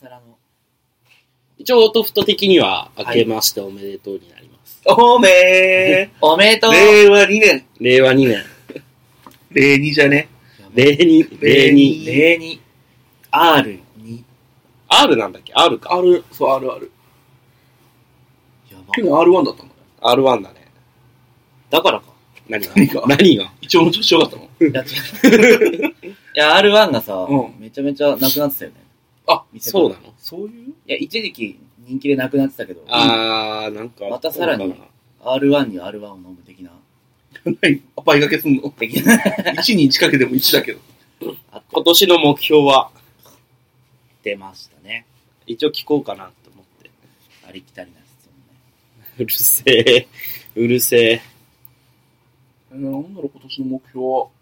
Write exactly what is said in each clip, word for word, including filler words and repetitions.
皿の一応オトフト的には明けましておめでとうになります、 はい、おめーおめでとうれいわにねんれいわにねんれいにじゃねれいにれいにれいに アールに R なんだっけ R か R そう アールアールやば去年 アールワン だったのアールワン だね。 だからか何が何が何が一応の調子よかったのいや違ういや アールワン がさ、 うん、 めちゃめちゃなくなってたよね。 あ、 そうなの？ そういう？ いや一時期人気でなくなってたけど、 あーなんかまたさらに アールワン に アールワン を飲む的な何倍掛けすんの？ 的ないちにいちかけてもいちだけど今年の目標は出ましたね。 一応聞こうかなと思って。 ありきたりな質問ね。 うるせえうるせえ。 えー、なんだろう今年の目標は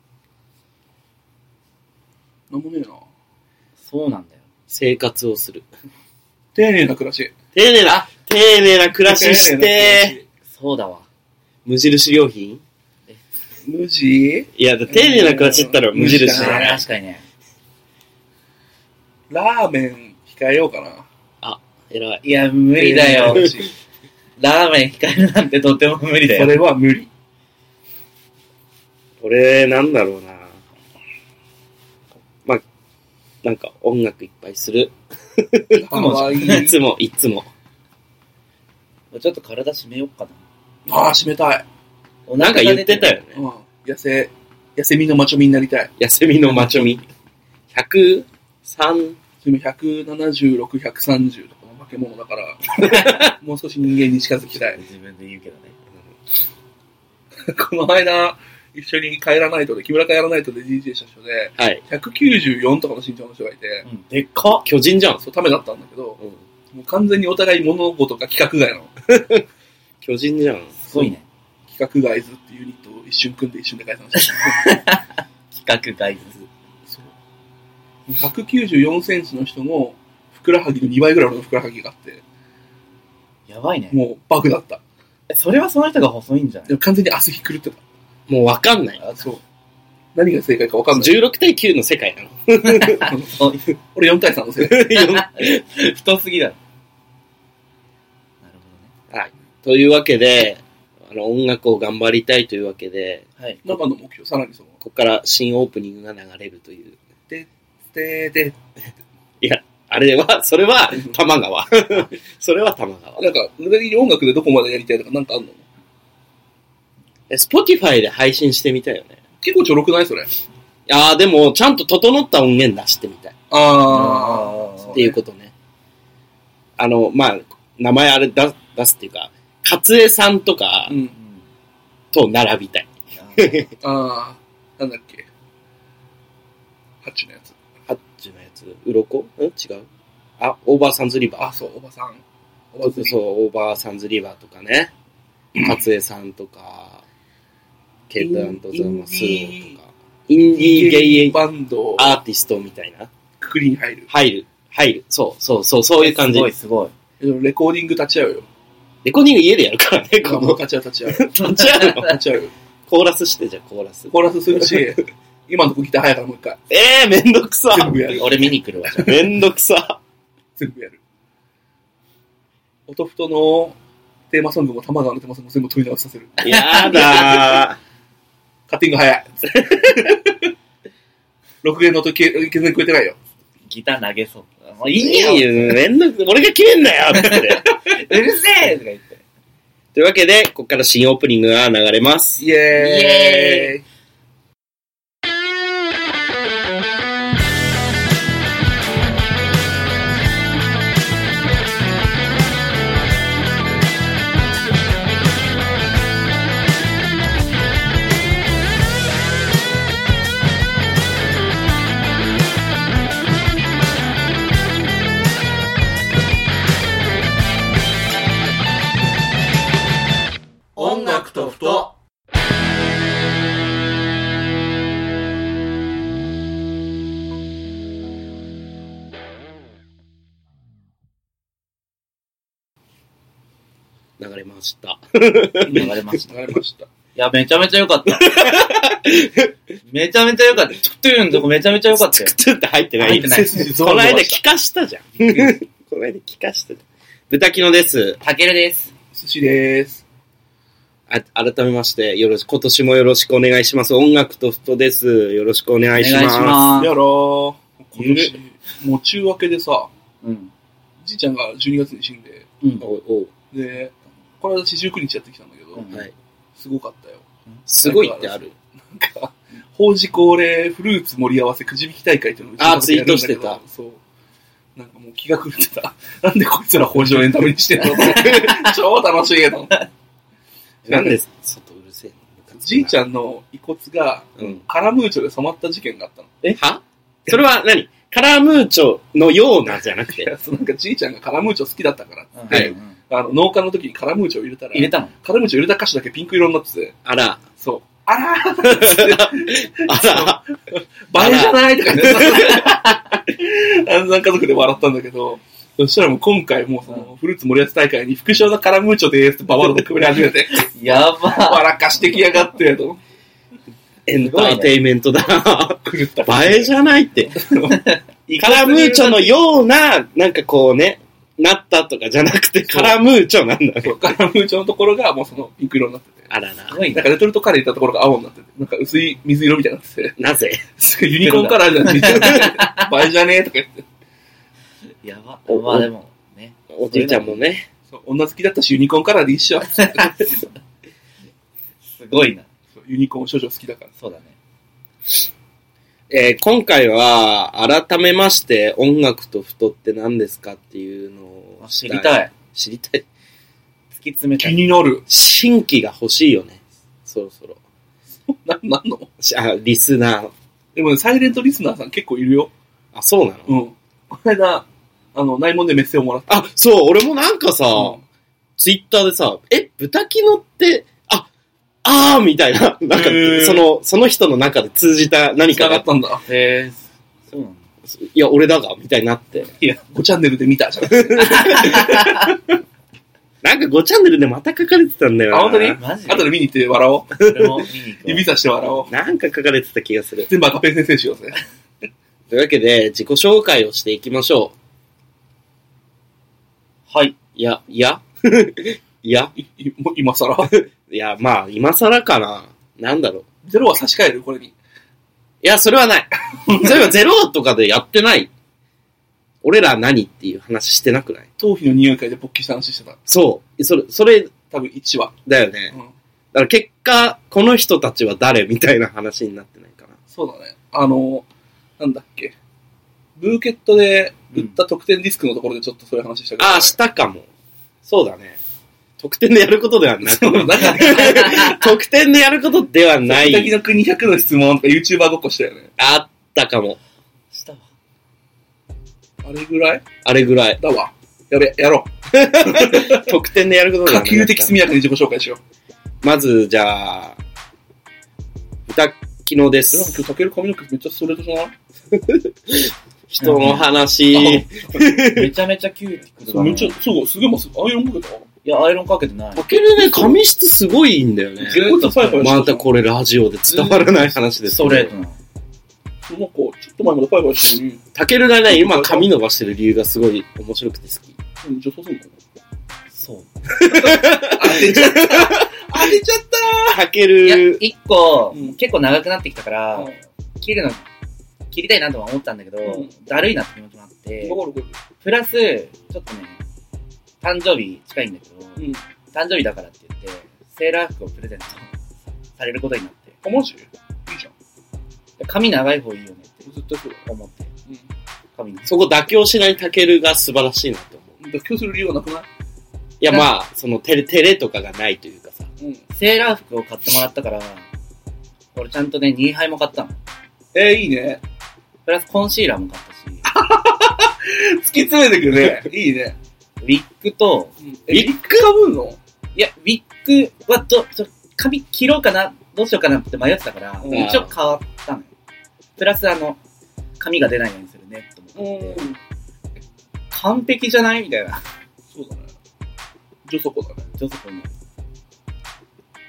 なんもねえな。 そうなんだよ。 生活をする。 丁寧な暮らし。 丁寧な丁寧な暮らししてそうだわ。 無印良品？ 無地？ いや、丁寧な暮らしって言ったら無印だね。 だね。 確かにね。 ラーメン控えようかな。 あ、偉い。 いや、無理だよ。ラーメン控えるなんてとても無理だよ。 それは無理。 俺、なんだろうな。まあ、なんか音楽いっぱいする。 いつもじゃん。 いつも、いつも。 ちょっと体締めよっかな。 ああ、締めたい。 なんか言ってたよね。 うん。痩せ、痩せ身のマチョミになりたい。 痩せ身のマチョミ。ひゃくさん? でもひゃくななじゅうろく、ひゃくさんじゅうとかの化け物だから、もう少し人間に近づきたい。 自分で言うけどね。 この間、一緒に帰らないとで、木村帰らないとで ディージェー した人で、 はい。 ひゃくきゅうじゅうよんとかの身長の人がいて、 うん、でっか巨人じゃん。 そう、ためだったんだけど、 うん、 もう完全にお互い物事が規格外なの。 巨人じゃん。 すごいね。 規格外図っていうユニットを一瞬組んで一瞬で解散した。 規格外図。 そう。ひゃくきゅうじゅうよんセンチの人のふくらはぎのにばいぐらいのふくらはぎがあって、 やばいね。 もうバグだった。 え、それはその人が細いんじゃない？ でも完全に足ひっくるってた。 もうわかんない。 あ、そう。何が正解かわかんない。 じゅうろくたいきゅうの世界なの。 俺よんたいさんの正解。 太すぎだろ。なるほどね。 はい。というわけで、あの音楽を頑張りたいというわけで、 はい。 生の目標、さらにその、 ここから新オープニングが流れるという。 で、で、で、 いや、あれは、それは玉川。それは玉川。 なんか、無駄に音楽でどこまでやりたいとかなんかあんの？ え、Spotify で配信してみたいよね。 結構ちょろくないそれ。 いやーでも、ちゃんと整った音源出してみたい。 あー。 っていうことね。あの、まあ、名前あれ出出すっていうか、勝江さんとかうん。 と並びたい。 あー。なんだっけ。ハッチのやつ。 ハッチのやつ、鱗？ん違う？あ、オーバーサンズリバー。 あ、そう、おばさん。おそう、オーバーサンズリバーとかね。勝江さんとか、ケイト&ザ・マスーとか、インディーゲイバンド、 アーティストみたいな。 くくりに入る。 入る。入る。そう、そう、そう、そういう感じ。 すごい、すごい。 レコーディング立ち会うよ。 レコーディング家でやるからね、この。 もう立ち会う、立ち会う。 立ち会うの立ち会う。 コーラスして、じゃあコーラス。 コーラスするし、今のとこギター早いからもう一回。 えー、めんどくさ。 全部やる。 俺見に来るわ。 めんどくさ。 全部やる。オトフトのテーマソングも玉川のテーマソングも全部取り直しさせる。 やだー。カッティング早い。録弦の音全然聞こえてないよ。 ギター投げそう。もういいいよ。 いよ、めんどく、俺が決めんだよって言って。 うるせえとか言って。 というわけで、ここから新オープニングが流れます。 イエーイ。イエーイ。 音楽とふと。 流れました。 流れました。 流れました。 いや、めちゃめちゃ良かった。めちゃめちゃ良かった。チクトゥーのとこめちゃめちゃ良かったよ。 チクトゥって入ってない。 入ってない。 この間聞かしたじゃん。この間聞かしたじゃん。豚キノです。 たけるです。 寿司です。 あ、改めまして、よろし、今年もよろしくお願いします。音楽とふとです。よろしくお願いします。お願いします。 やらー。今年、もう中明けでさ、 うん。 じいちゃんがじゅうにがつに死んで、 うん。おおで、この間四十九日やってきたんだけど、 うん、 はい。 すごかったよ。 すごいってある？ なんか、法事恒例フルーツ盛り合わせくじ引き大会っていうのをあー、ツイートしてた。 そう。なんかもう気が狂ってた。なんでこいつら法事をエンタメにしてんの超楽しいけど。 なんで外うるせえの？ じいちゃんの遺骨が、 うん、 カラムーチョで染まった事件があったの。 えはそれは何カラムーチョのようなじゃなくて。 いや、そうなんかじいちゃんがカラムーチョ好きだったからって、 はい、 あの農家の時にカラムーチョを入れたら、 入れたのカラムーチョを入れた箇所だけピンク色になってて。 あら。 そう。あらーあら映えじゃないとかね。暗算家族で笑ったんだけど、そしたらもう今回もうそのフルーツ盛り合わせ大会に副賞のカラムーチョでーすってババロでくべり始めて。 やばー。 笑かしてきやがってと。 エンターテイメントだな。 狂った。 映えじゃないって。カラムーチョのような、なんかこうね、なったとかじゃなくてカラムーチョなんだね。 カラムーチョのところがもうそのピンク色になってて。 あらら。 すごいなんかレトルトカレー行ったところが青になってて、なんか薄い水色みたいになってて。 なぜユニコーンカラーじゃん、みたいな。映えじゃねえとか言って。 やば。まあでも、ね。 おじいちゃんもね。 そう、女好きだったし、ユニコーンカラーで一緒。すごいな。 ユニコーン少女好きだから。 そうだね。 えー、今回は、改めまして、音楽とふとって何ですかっていうのを知りたい。 知りたい。 突き詰めたい。 気になる。 新規が欲しいよね。そろそろ。 な、なんのあ、リスナー。 でもね、サイレントリスナーさん結構いるよ。 あ、そうなの？ うん。この間、あの、内門でメッセをもらった。 あ、そう、俺もなんかさ、うん、ツイッターでさ、え、豚キノって、あ、あーみたいな、なんか、その、その人の中で通じた何かがあったんだ。 へー。そうなの？いや、俺だが、みたいになって。 いや、ごチャンネルで見たじゃん。 なんかごチャンネルでまた書かれてたんだよな。 あ、本当に？ マジ後で見に行って笑おう。 俺も見に行こう。 指さして笑おう。 なんか書かれてた気がする。 全部赤ペン先生しようぜ。 というわけで、自己紹介をしていきましょう。はい。 いや、いやいやい今更いや、まあ、今更かな。なんだろう。 ゼロは差し替えるこれに。 いや、それはない。そういえばゼロとかでやってない。俺ら何っていう話してなくない？ 頭皮の匂い嗅いで勃起した話してた。 そう。それ、それ、 多分いちわ。 だよね。 うん。 だから結果、この人たちは誰みたいな話になってないかな。 そうだね。あの、なんだっけ。ブーケットで売った特典ディスクのところでちょっとそういう話したけど、ね。 ああ、したかも。そうだね。特典でやることではなく特典でやることではない。 先の国ひゃくの質問とか YouTuber ごっこしたよね。 あったかも。 したわ。 あれぐらいあれぐらい。 だわ。やべ、やろう。特典でやることではない。 可及的速やかに自己紹介しよう。まず、じゃあ、歌キノです。 なんか今日、たける髪の毛めっちゃストレートじゃない人の話。 めちゃめちゃキューティクルだね。 めっちゃ、そう、すげえます。アイロンかけた？ いや、アイロンかけてない。 たけるね、髪質すごいんだよね。 ずーっとファイファイしてまたこれラジオで伝わらない話です、 ストレートな。 なんか、ちょっと前までファイファイしてるのに。 たけるがね、今髪伸ばしてる理由がすごい面白くて好き。 うん、女装するの？ そう。 当てちゃった当てちゃったたけいや、 る。 一個、 うん結構長くなってきたから、 うん切るの、切りたいなとは思ったんだけど、 うんだるいなって気持ちもあって、 わかるわかる。 プラス、ちょっとね、誕生日近いんだけど、 うん。 誕生日だからって言って、セーラー服をプレゼントされることになって、 あ、マジ？いいじゃん。 髪長い方いいよねって絶対そうだ。 思って、 うん。 髪に。 そこ妥協しないたけるが素晴らしいなって思う。 妥協する理由はなくない？ いや、まあ、その、照れ、照れとかがないというかさ。 うん。 セーラー服を買ってもらったから、俺ちゃんとね、にはいも買ったの。 えー、いいね。 プラスコンシーラーも買ったし、 突き詰めてくるね。いいね。 ウィッグと、 え、ウィッグかぶんの？ いや、ウィッグはど、ちょ、髪切ろうかな、どうしようかなって迷ってたから、 うん一応変わったのよ。プラスあの、髪が出ないようにするね、と思って。 うん。 完璧じゃないみたいな。 そうだね。女底だね。 ちょっとこの、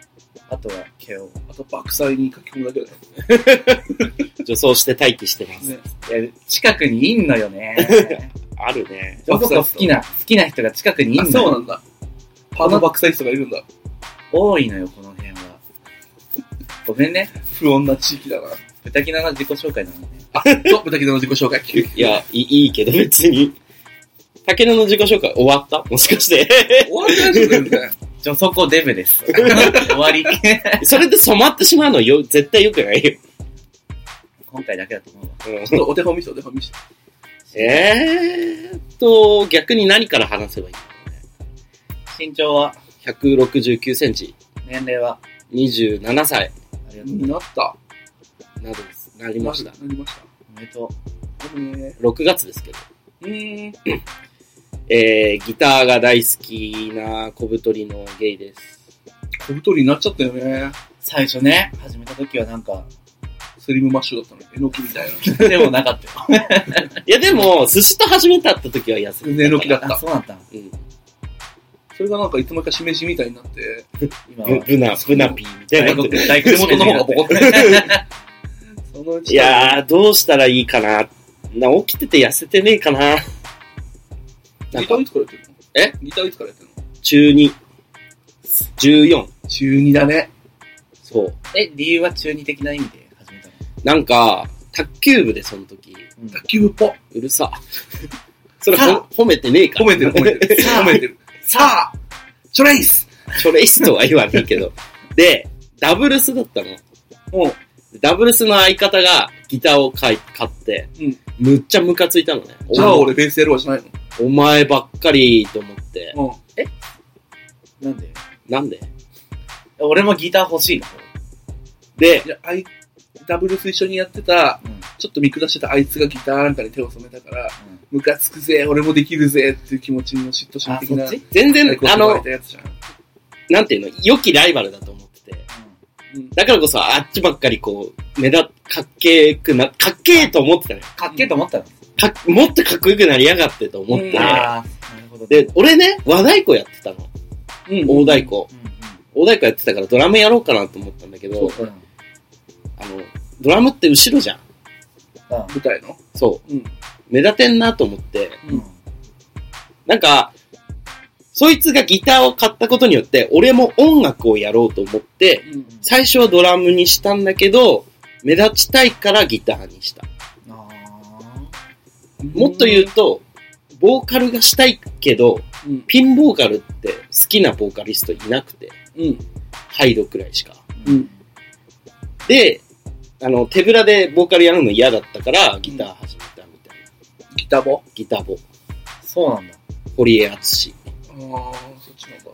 あとは毛を。 あと爆災に書き込むだけだよ。 女装して待機してます。 ね。 いや、近くにいんのよね。 あるね。 どこか好きな、好きな人が近くにいんのあ、 よ。 そうなんだ。パーの爆災人がいるんだ。 多いのよ、この辺は。ごめんね。 不穏な地域だな。 豚キナの自己紹介なのね。 あ、と、豚キノの自己紹介。 いや、いいいけど別に。竹野の自己紹介終わったもしかして。 終わってないですよ、全然。 じゃあそこデブです。終わり。 それで染まってしまうのよ、絶対良くないよ。 今回だけだと思うわ。 うんちょっとお手本見せて、お手本見せて。 えーっと、逆に何から話せばいいのね。 身長は、 ひゃくろくじゅうきゅうセンチ、 年齢は、 にじゅうななさいありがとう。 になった。 などです。なりました。 なりました。 おめでとでもね。 ろくがつですけど。 うーん。 えー、ギターが大好きな小太りのゲイです。 小太りになっちゃったよね。 う。最初ね、始めた時はなんか、 スリムマッシュだったのに、えのきみたいな。 でもなかったよ。 いやでも、寿司と始めたった時は痩せてたから。 全然えのきだっあ、 た。 そうなんだ。 うん。 それがなんかいつもかしめじみたいになって、 今は。 ブブナ、ブナピーみたいな。 大黒、大手黒元の方がボコって。そのうち。 いやー、どうしたらいいかな。な、起きてて痩せてねえかな。なんかギターいつからやってるのえギターいつからやってるの中に、じゅうよん。 中にだね。 そう。 え、理由は中二的な意味で始めたの？ なんか、卓球部でその時、 うん卓球部っぽ。 うるさ。それほさ褒めてねえから。 褒めてる褒めてる。 さあ褒めてる。さあチョレイスチョレイスとは言わねえけど。で、ダブルスだったの。 もう、 ダブルスの相方がギターを買い買って、 うんむっちゃムカついたのね。 じゃあ俺ベースやるわじゃないお前ばっかりと思って。 のなんで？ なんで俺もギター欲しいの。 でうん。い、や、あい、ダブルス一緒にやってた、 うん。 ちょっと見下してたあいつがギターなんかに手を染めたから、ムカつくぜ、俺もできるぜっていう気持ちの嫉妬心あ、 的な。 そっち？ 全然、あのあの、、やつじゃん。 なんていうの、良きライバルだと思ってて。 うん。 だからこそ、あっちばっかりこう、目立っ、かっけーくな、かっけーと思ってたのよ。 かっけえと思ったの？ かっもっとかっこよくなりやがってと思って。 うんああ、なるほど。 で、俺ね、和太鼓やってたの。 うん。 大太鼓。 うん大太鼓やってたからドラムやろうかなと思ったんだけど、 うん。うん。 あの、ドラムって後ろじゃん。 舞台のそう。 うん。 目立てんなと思って、 うん。うん。 なんか、そいつがギターを買ったことによって、俺も音楽をやろうと思って、 うん。 最初はドラムにしたんだけど、目立ちたいからギターにした。 あもっと言うと、ボーカルがしたいけど、 うん。 ピンボーカルって好きなボーカリストいなくて、 うん。 ハイドくらいしか。 ーうん。 で、あの、手ぶらでボーカルやるの嫌だったから、ギター始めたみたいな。 ギターボギターボ。 そうなんだ。 堀江敦。 ああ、そっちなんだ。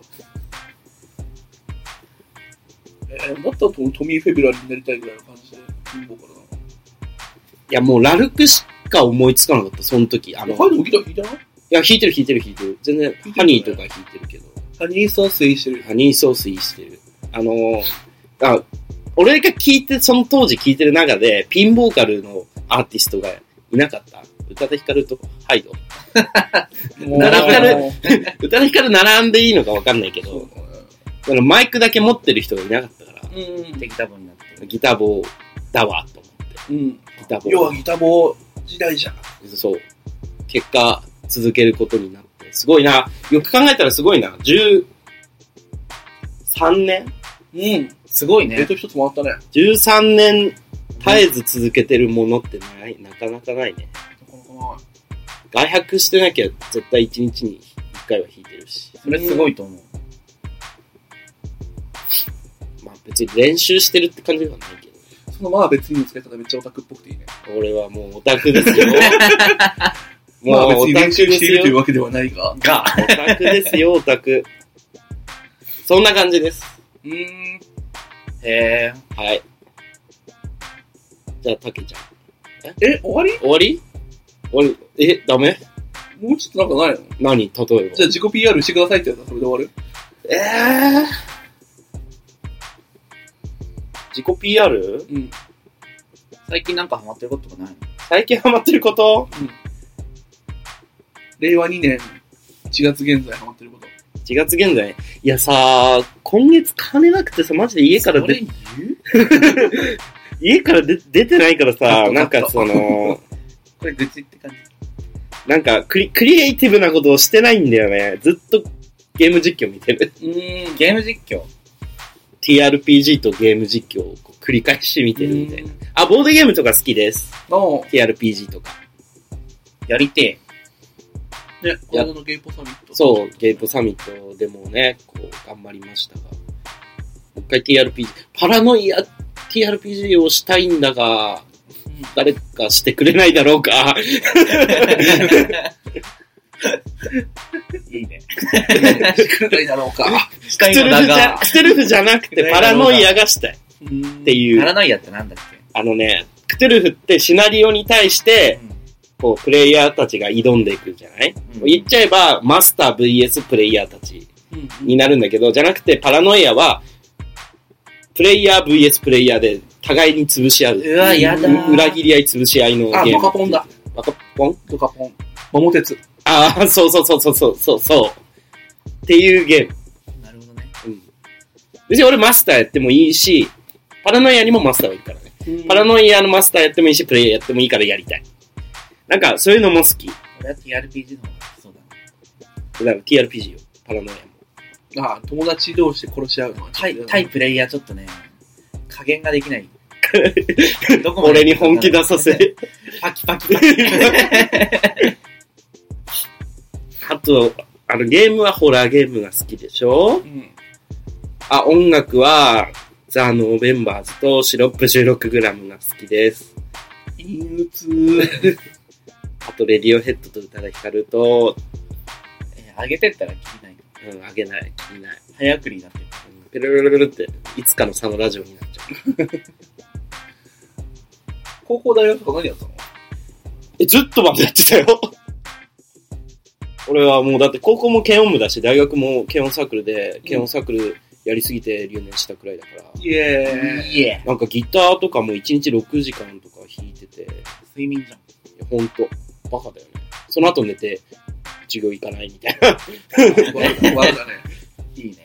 えー、だったらトミー・フェブラリになりたいぐらいの感じで、ピンボーカルなの。 いや、もうラルクしか思いつかなかった、その時。あの、 ハイドもギター弾いてないいや、弾いてる弾いてる弾いてる。全然、ハニーとか弾いてるけど。 ハニーソースイしてる。 ハニーソースいいしてる。あのー、あ、俺が聞いて、その当時聞いてる中で、ピンボーカルのアーティストがいなかった。宇多田ヒカルとハイド。並べる宇多田ヒカル並んでいいのかわかんないけど、あのマイクだけ持ってる人がいなかったから、 うん。 適当になって。 ギターボーだわ、と思って。 うん。 ギターボー。 要はギターボ時代じゃん。 そう。結果、続けることになって。すごいな。よく考えたらすごいな。じゅうさんねんうん。 すごいね。 えっと一つ回ったね。 じゅうさんねん絶えず続けてるものってない、なかなかないね。 なかなかない。 外泊してなきゃ絶対いちにちにいっかいは弾いてるし。 それすごいと思う。 まあ別に練習してるって感じではないけど。 そのまあ別にの使い方めっちゃオタクっぽくていいね。 俺はもうオタクですよ。もまあうオタク別に練習ですしているというよ。 わけではないが。 が、 オタクですよ、オタク。そんな感じです。 うーん。 へはい。じゃあ、たけちゃん。 え、終わり終わり終わりえ、ダメもうちょっとなんかないの何例えば。 じゃあ自己 ピーアール してくださいってやったらそれで終わるえー。自己 ピーアール？ うん。 最近なんかハマってることとかないの？ 最近ハマってること令和にねんいちがつ現在ハマってること。 ちがつ現在。いやさー、今月金なくてさ、マジで家から出、家から出出てないからさ、なんかその、 これ愚痴って感じ。 なんかクリ、クリエイティブなことをしてないんだよね。ずっとゲーム実況見てる。 うーん、ゲーム実況ティーアールピージー とゲーム実況をこう繰り返し見てるみたいな。あ、ボードゲームとか好きです。 の、 ティーアールピージー とか。 やりてね、この間のゲイポサミット。 そう、ゲームサミットでもね、こう、頑張りましたが。もう一回 ティーアールピージー、パラノイア ティーアールピージー をしたいんだが、誰かしてくれないだろうか。 いいね。 くらいだろうか。 したいクトゥのだがルフじゃ、クトゥルフじゃなくてパラノイアがしたいっていう。 パラノイアってなんだっけ？ あのね、クトゥルフってシナリオに対して、こう、プレイヤーたちが挑んでいくじゃない、うん、言っちゃえば、マスター ブイエス プレイヤーたちになるんだけど、じゃなくて、パラノイアは、プレイヤー ブイエス プレイヤーで、互いに潰し合う。 うわ、やだー。 裏切り合い潰し合いのゲーム。 あ、ドカポンだ。 ドカポンドカポン。桃鉄。 ああ、そうそうそうそうそうそう。っていうゲーム。 なるほどね。 うん。別に俺マスターやってもいいし、パラノイアにもマスターはいいからね。パラノイアのマスターやってもいいし、プレイヤーやってもいいからやりたい。なんか、そういうのも好き。 俺は ティーアールピージー の方が好きそうだな。 だから ティーアールピージー よ。パラノイアも。 ああ、友達同士で殺し合うのは。 対、対プレイヤーちょっとね、加減ができない。 どこまで俺に本気出させ。 パキパキパキ。 あと、あの、ゲームはホラーゲームが好きでしょ、うん、あ、音楽は、ザ・ノーベンバーズとシロップ じゅうろくグラム が好きです。 陰鬱。 あと、レディオヘッドと宇多田ヒカルと、 えー、上げてったら聞きない。 うん、上げない、聞きない。 早送りになってる。 ペルルルルルって、いつかの佐野ラジオになっちゃう。 高校大学とか何やったの？ え、ずっとバンドやってたよ。俺はもうだって高校も軽音部だし、大学も軽音サークルで、軽音サークルやりすぎて留年したくらいだから。 イエーイ。 イエなんかギターとかもいちにちろくじかんとか弾いてて。 睡眠じゃん。 いや、ほんと。バカだよね。その後寝て、授業行かないみたいな。 悪だね。 いいね。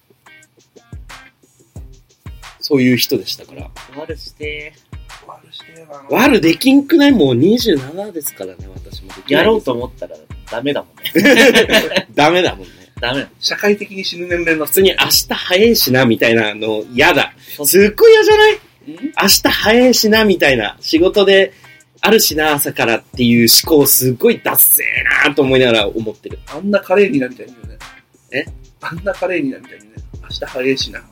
そういう人でしたから。 悪してー。悪してーな。 悪できんくない？もうにじゅうななですからね、私もできない。 やろうと思ったらダメだもんね。 ダメだもんね。 ダメだ。 社会的に死ぬ年齢の普通に明日早いしな、みたいなの嫌だ。すっごい嫌じゃない？明日早いしな、みたいな。仕事であるしな、朝からっていう思考すっごいダッセーなと思いながら思ってる。 あんなカレーニナみたいに言うね。 え？ あんなカレーニナみたいにね。明日早いしな。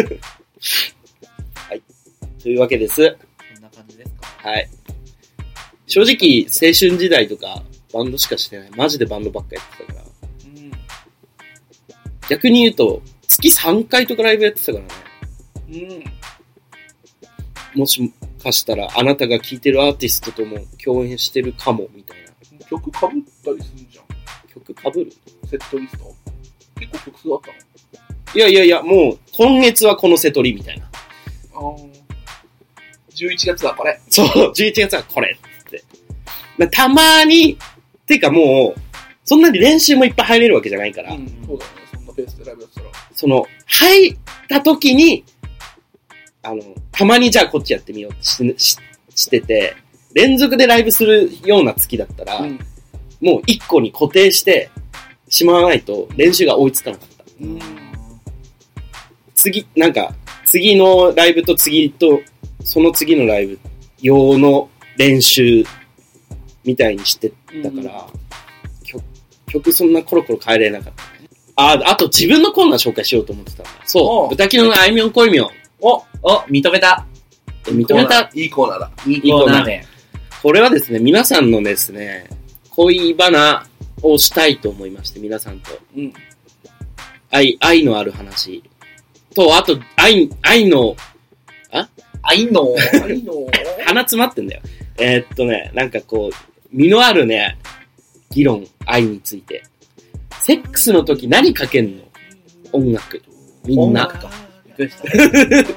はい。というわけです。 そんな感じですか？ はい。正直、青春時代とか、バンドしかしてない。マジでバンドばっかやってたから。うん、逆に言うと、月さんかいとかライブやってたからね。うん。もしかしたら、あなたが聴いてるアーティストとも共演してるかも、みたいな。 曲被ったりするじゃん。 曲被る？ セットリスト。結構曲数あったの？ いやいやいや、もう、今月はこのセトリみたいな。 ああ。じゅういちがつはこれ。 そう、じゅういちがつはこれって。まあ、たまに、てかもう、そんなに練習もいっぱい入れるわけじゃないから。 うん、そうだね。そんなペースでライブやってたら。 その、入った時に、あの、たまにじゃあこっちやってみようってし、し、してて、連続でライブするような月だったら、うん、もう一個に固定してしまわないと練習が追いつかなかった。うん、次、なんか、次のライブと次と、その次のライブ用の練習みたいにしてたから、うん、曲、曲そんなコロコロ変えれなかったね。あ、あと自分のコーナー紹介しようと思ってたんだ。そう。豚キノのあいみょんこいみょん。 お、お、認めた。 認めた。 いいコーナーだ。 いいコーナーね。 これはですね、皆さんのですね、恋バナをしたいと思いまして、皆さんと。うん。愛、愛のある話。と、あと、愛、愛の、あ愛の、 愛の、 鼻詰まってんだよ。えー、っとね、なんかこう、身のあるね、議論、愛について。セックスの時何かけんの？音楽。みんな。 音楽か。びっくりした。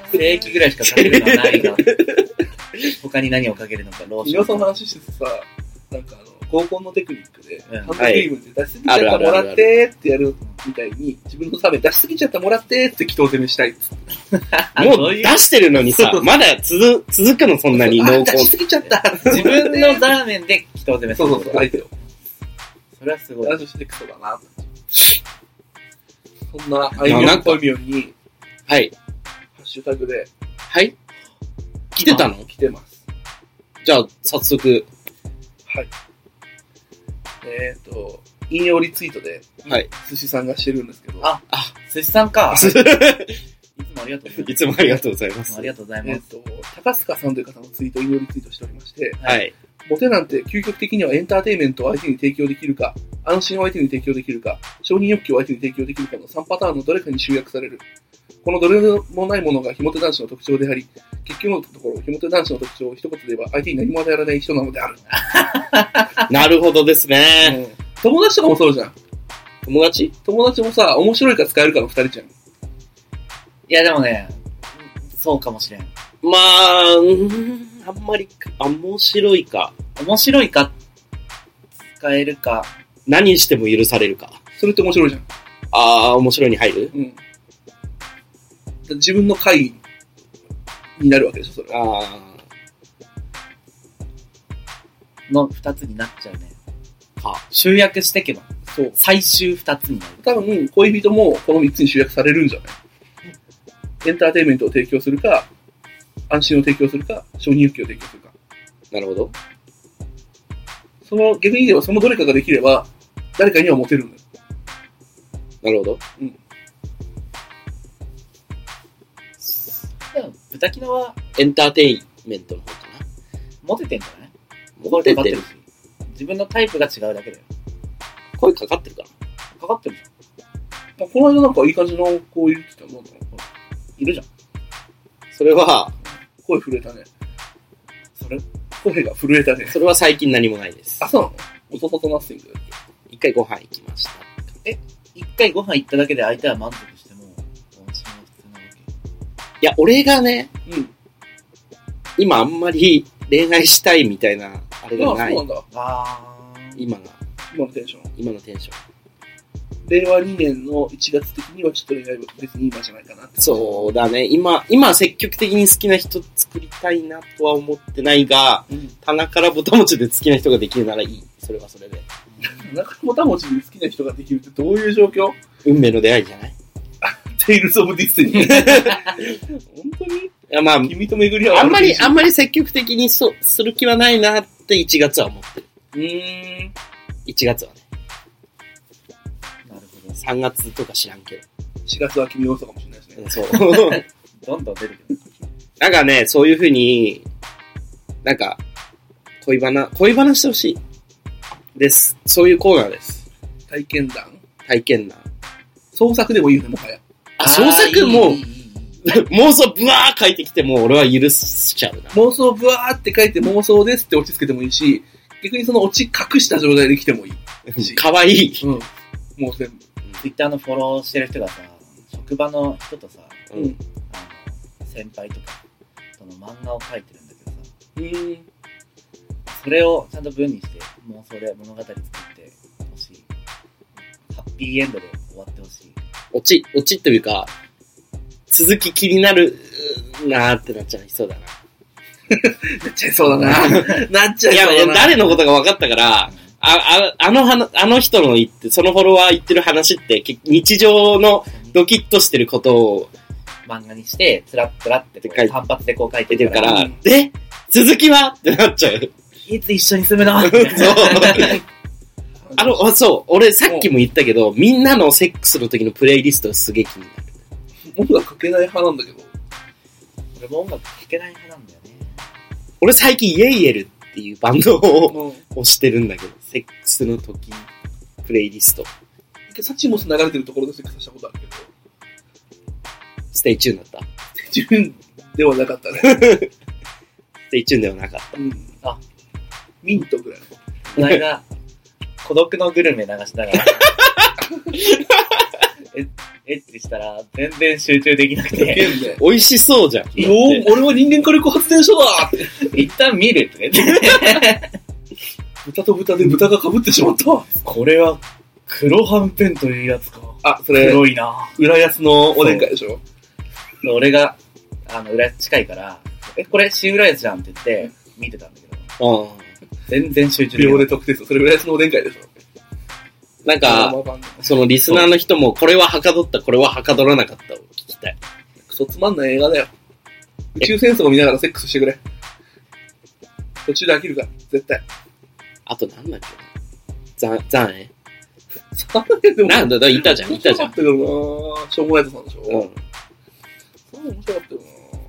正規ぐらいしかかけるのはないが。他に何をかけるのか、ローション。 皆さんの話してさ、なんかあの、合コンのテクニックで、ハンドクリームで出しすぎちゃったもらってってやるみたいに、自分のザーメン出しすぎちゃったもらってって祈祷攻めしたいっつって。 もう出してるのにさ、まだ続続くのそんなに濃厚。 出しすぎちゃった。 自分のザーメンで祈祷攻めする。 そうそうそう、相手を。 それはすごい。 話してクソだな。そんな、あいみょんぽいみょんに、 はい。 ハッシュタグで、 はい来てたの？ 来てます。 じゃあ、早速。 はい。えっ、ー、と、引用リツイートで、 はい。 寿司さんがしてるんですけど。 あ、あ、寿司さんか。いつもありがとうございます。 いつもありがとうございます。 ありがとうございます。 えっ、ー、と、高塚さんという方のツイートを引用リツイートしておりまして、 はい。 モテなんて究極的にはエンターテインメントを相手に提供できるか、安心を相手に提供できるか、承認欲求を相手に提供できるかのさんパターンのどれかに集約される。このどれもないものがひもて男子の特徴であり、結局のところ、ひもて男子の特徴を一言で言えば相手に何もやらない人なのである。 なるほどですね、 うん。友達とかもそうじゃん。 友達友達もさ、面白いか使えるかの二人じゃん。 いやでもね、そうかもしれん。 まあ、うーん、あんまり、面白いか。 面白いか、使えるか。 何しても許されるか。 それって面白いじゃん。 ああ、面白いに入る？ うん。自分の回になるわけでしょ、それは。 ああ。 の二つになっちゃうね。 は集約していけば。 そう。 最終二つになる。 多分、恋人もこの三つに集約されるんじゃない？エンターテインメントを提供するか、安心を提供するか、承認欲求を提供するか。 なるほど。 その、逆に言えばそのどれかができれば、誰かにはモテるんだよ。 なるほど。 うん。 でも、豚キノはエンターテインメントの方かな。 モテてんじゃない？ モテてる。 自分のタイプが違うだけだよ。 声かかってるかかかってるじまあ、この間なんかいい感じの子いるって言ったらなんだろう。 ゃん。いるじゃん。 それは、 声震えたね。 それ声が震えたね。 それは最近何もないです。 あ、そうなの？音外ナッシング。 一回ご飯行きました。 え、一回ご飯行っただけで相手は満足しても、安心は普通なわいや、俺がね、 け？うん。 今あんまり恋愛したいみたいな、あれがあ、 ない。 そうなんだ。 あ今が、 今のテンション。 今のテンション。 れいわにねんのいちがつ的にはちょっと恋愛は別に今じゃないかなって。 そうだね。今、今積極的に好きな人作りたいなとは思ってないが、 うん。 棚からぼたもちで好きな人ができるならいい。それはそれで。 中もたもちで好きな人ができるってどういう状況？ 運命の出会いじゃない？ テイルズ・オブ・ディスティニー。本当に？ いや、まあ、 君と巡り合う。 あんまり、あんまり積極的にそする気はないなっていちがつは思ってる。 うーん。 いちがつはね。 なるほど。 さんがつとか知らんけど。 しがつは君の嘘かもしれないですね。 うん、そう。 どんどん出るけど。 なんかね、そういう風に、なんか、恋バナ、恋バナしてほしい。です。そういうコーナーです。 体験談？ 体験談。 創作でもいいよね、もはや。 あ、創作もいいいいいい妄想ブワー書いてきても俺は許しちゃうな。 妄想ブワーって書いて妄想ですって落ち着けてもいいし、逆にその落ち隠した状態で来てもいいし。 かわいい。 うん。もう全部。 ツイッターのフォローしてる人がさ、職場の人とさ、 うん。 うん。 あの、先輩とか、その漫画を描いてるんだけどさ、 うーん。 それをちゃんと文にして妄想で物語作ってほしい。ハッピーエンドで終わってほしい。 落ち、落ちというか、続き気になるなーってなっちゃいそうだな。 なっちゃいそうだな。なっちゃいいや、 そうだな。 誰のことか分かったから、あ、あ、あの話、あの人の言って、そのフォロワー言ってる話って、け日常のドキッとしてることを漫画にして、つらっつらってこ書いう単発でこう書いて出てるから、 うんで、続きはってなっちゃう。 いつ一緒に住むのそう。あの、そう、俺さっきも言ったけど、みんなのセックスの時のプレイリストがすげえ気になる。 音楽かけない派なんだけど。 俺も音楽聴けない派なんだよね。 俺最近イエイエルっていうバンドをうん。 推してるんだけど、セックスの時プレイリスト。 サチモス流れてるところでセックスしたことあるけど、 ステイチューンだった。 自分ではなかったね。 ステイチューンではなかった。 うん。 あ、 ミントぐらいの。 この間、孤独のグルメ流しながら、えエッチしたら全然集中できなくて、 ゲームで。 美味しそうじゃん。 おー、俺は人間火力発電所だって。 一旦見るって言って、 豚と豚で豚が被ってしまった。 これは黒はんぺんというやつか。 あ、それ、 黒いな。 浦安のおでん会でしょ？ 俺が、あの、浦安近いから、え、これ新浦安じゃんって言って、見てたんだけど。 うん。 全然集中でき秒ない。 で特定する。それ浦安のおでん会でしょ？ なんか、そのリスナーの人も、これははかどった、これははかどらなかったを聞きたい。 クソつまんない映画だよ。宇宙戦争を見ながらセックスしてくれ。途中で飽きるから、絶対。 あとなんだっけな。ざ、残影残影でも。 なんだ、だ、いたじゃん、いたじゃん。 面白かったけどなぁ。しょうもないとさんでしょ？ うん。 そう面白かったよ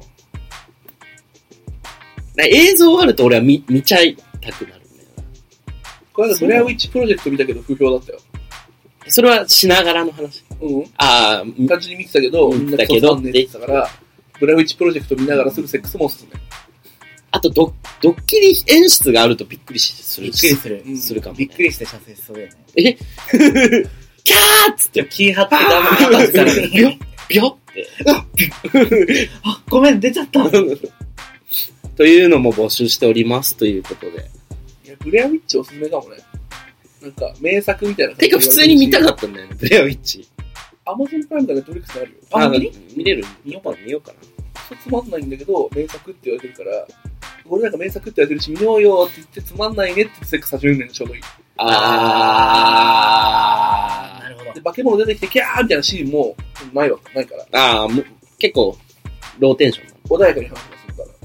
な映像あると俺は見、見ちゃいたくなるんだよな。 これはブレアウィッチプロジェクト見たけど不評だったよ。 それはしながらの話。 うん。 ああ、 単純に見てたけど、 うんみんなだけどクソつまんねえって言ってたから、ブレアウィッチプロジェクト見ながらするセックスもおすすめ。 あとド、ドッキリ演出があるとびっくりする。 びっくりする。 うんするかも、ね。 びっくりして射精しそうだよね。 えキャーっつって、 気張ってダメだったら、 ビョッ、ビョッって。 あ、ごめん、出ちゃった。 というのも募集しておりますということで。 いや、ブレアウィッチおすすめかもね。なんか、名作みたいな。 てか普通に見たかったんだよね、ブレアウィッチ。 アマゾンプライムかネットフリックスにあるよ。 あ見れ見れる見ようかな、見ようかな。 そうつまんないんだけど、名作って言われてるから、俺なんか名作って言われてるし、見ようよって言ってつまんないねって言ってセックス始めるのにちょうどいい。 あなるほどで、。化け物出てきてキャーみたいなシーンもないわけ、ないから。 ー。あー、もう結構、ローテンションなの。 穏やかに話がするから。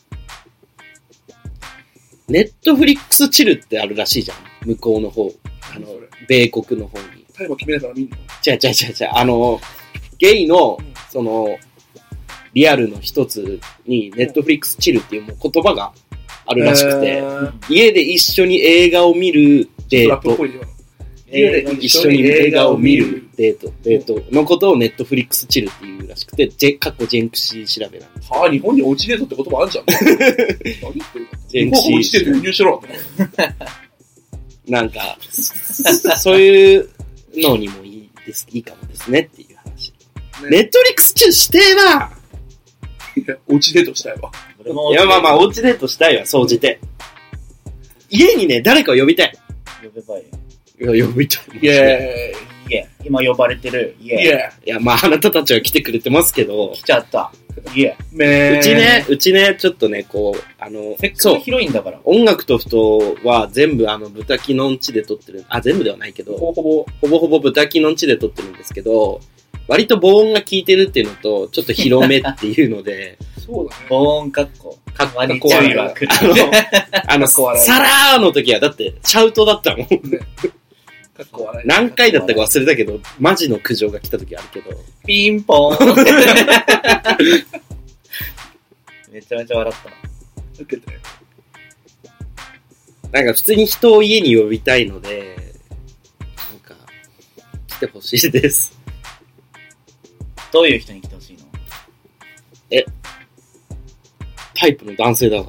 ネットフリックスチルってあるらしいじゃん。向こうの方。あのそれ、 米国の方に。 タイム決めながら見んの？ 違う違う違う違う。あの、ゲイのうん、 その、リアルの一つに、ネットフリックスチルっていうもう言葉があるらしくて、 えー家で一緒に映画を見るデートラップっぽ、いよ。 映画一緒に映画を見るデート、デートのことをネットフリックスチルっていうらしくて、ジェ、かっこジェンクシー調べなんです。 はあ、日本におうちデートって言葉あるじゃん。何言ってるジェンクシの日本おうちデートー。 輸入しろ。 なんか、そういうのにもいいです、いいかもですねっていう話。ネットフリックスチルしてえな。 いや、おうちデートしたいわ。 俺もいや、まあまあ、おうちデートしたいわ、総じて。家にね、誰かを呼びたい。 呼べばいい。 いや、呼びたい。 イェいえ、今呼ばれてる。いーイ。イえ、 ェいや、まあ、あなたたちは来てくれてますけど、 来ちゃった。いえ、 ー。めー。 うちね、うちね、ちょっとね、こう、あのせっ、かそうく、広いんだから。 音楽とふとは全部あの、豚キノン地で撮ってる、あ、全部ではないけど、 ほぼほぼ。 ほぼほぼ豚キノン地で撮ってるんですけど、割と防音が効いてるっていうのと、ちょっと広めっていうので、 そうだね。 防音カッコ。 かっこワニ注意は来る。 あの、あの、 かっこ笑いサラーの時はだって、シャウトだったもん。 ね。かっこ笑い。 何回だったか忘れたけど、マジの苦情が来た時あるけど、 ピンポーン。めちゃめちゃ笑った。 受けて。 なんか普通に人を家に呼びたいので、なんか、来てほしいです。 どういう人に来てほしいの？ タイプの男性だが。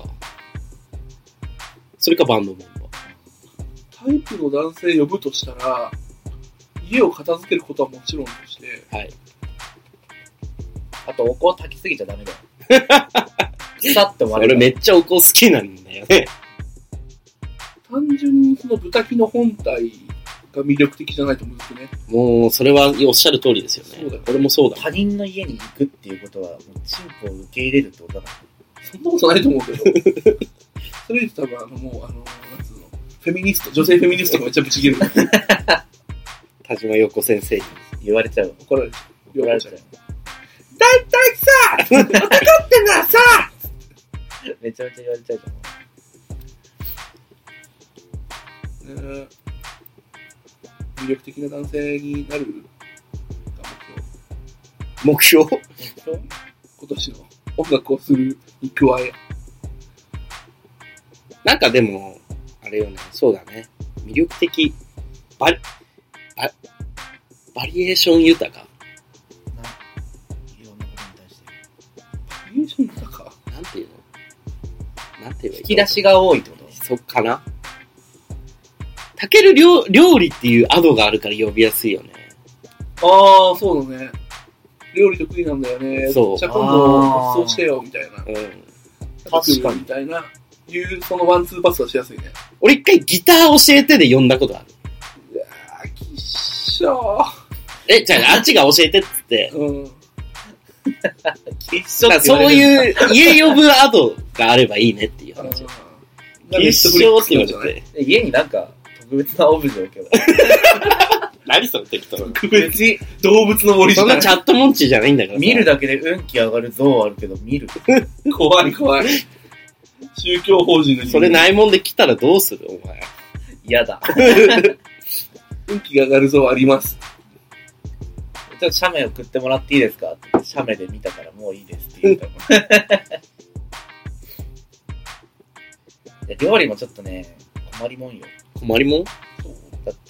それかバンドメンバー。 タイプの男性呼ぶとしたら、家を片付けることはもちろんとして、 はい。 あと、お香炊きすぎちゃダメだよ。さっと割れる。 俺めっちゃお香好きなんだよね。 単純にその豚キの本体が魅力的じゃないとむずくね。 もう、それはおっしゃる通りですよね。 そうだよ俺もそうだ。 他人の家に行くっていうことは、もうチンポを受け入れるってことだかそんなことないと思うけど。それ言うと多分あのもう、あの、なんつうの、フェミニスト、女性フェミニストがめっちゃブチ切る。 田島陽子先生に。 ら。言われちゃう。 怒られる。 怒られちゃう。 だいたいさ、男ってのはさ、 めちゃめちゃ言われちゃうじゃん。 ねえ魅力的な男性になるが目標目標。今年の音楽をするに加え。 なんかでも、あれよね、そうだね。魅力的、バリ、ババリエーション豊か。 いろんなことに対して。 バリエーション豊か。 なんていうのなんて言えばいい引き出しが多いってこと？ そっかな。たける料料理っていうアドがあるから呼びやすいよね。 ああ、そうだね。料理得意なんだよね。 そうじゃあ今度ご馳走してよ、みたいな。 うん。 確かにみたいな、いう、そのワンツーパスはしやすいね。 俺一回ギター教えてで呼んだことある。 いやー、きっししょえ、じゃあ、あっちが教えてっつって。 うん。 決勝ってそういう家呼ぶアドがあればいいねっていう話。決勝って言われて。 家になんか特別なオブジェ置けば。 何それ適当な。 特別に動物の森じゃない。 そんなチャットモンチーじゃないんだから。 見るだけで運気上がる像あるけど、見る。 怖い怖い。宗教法人の人。 それないもんで来たらどうするお前。 嫌だ。 運気が上がる像あります。 ちょっと写メ送ってもらっていいですかって。写メで見たからもういいですって言うかも。料理もちょっとね、困りもんよ。 困りもん？ そうだって、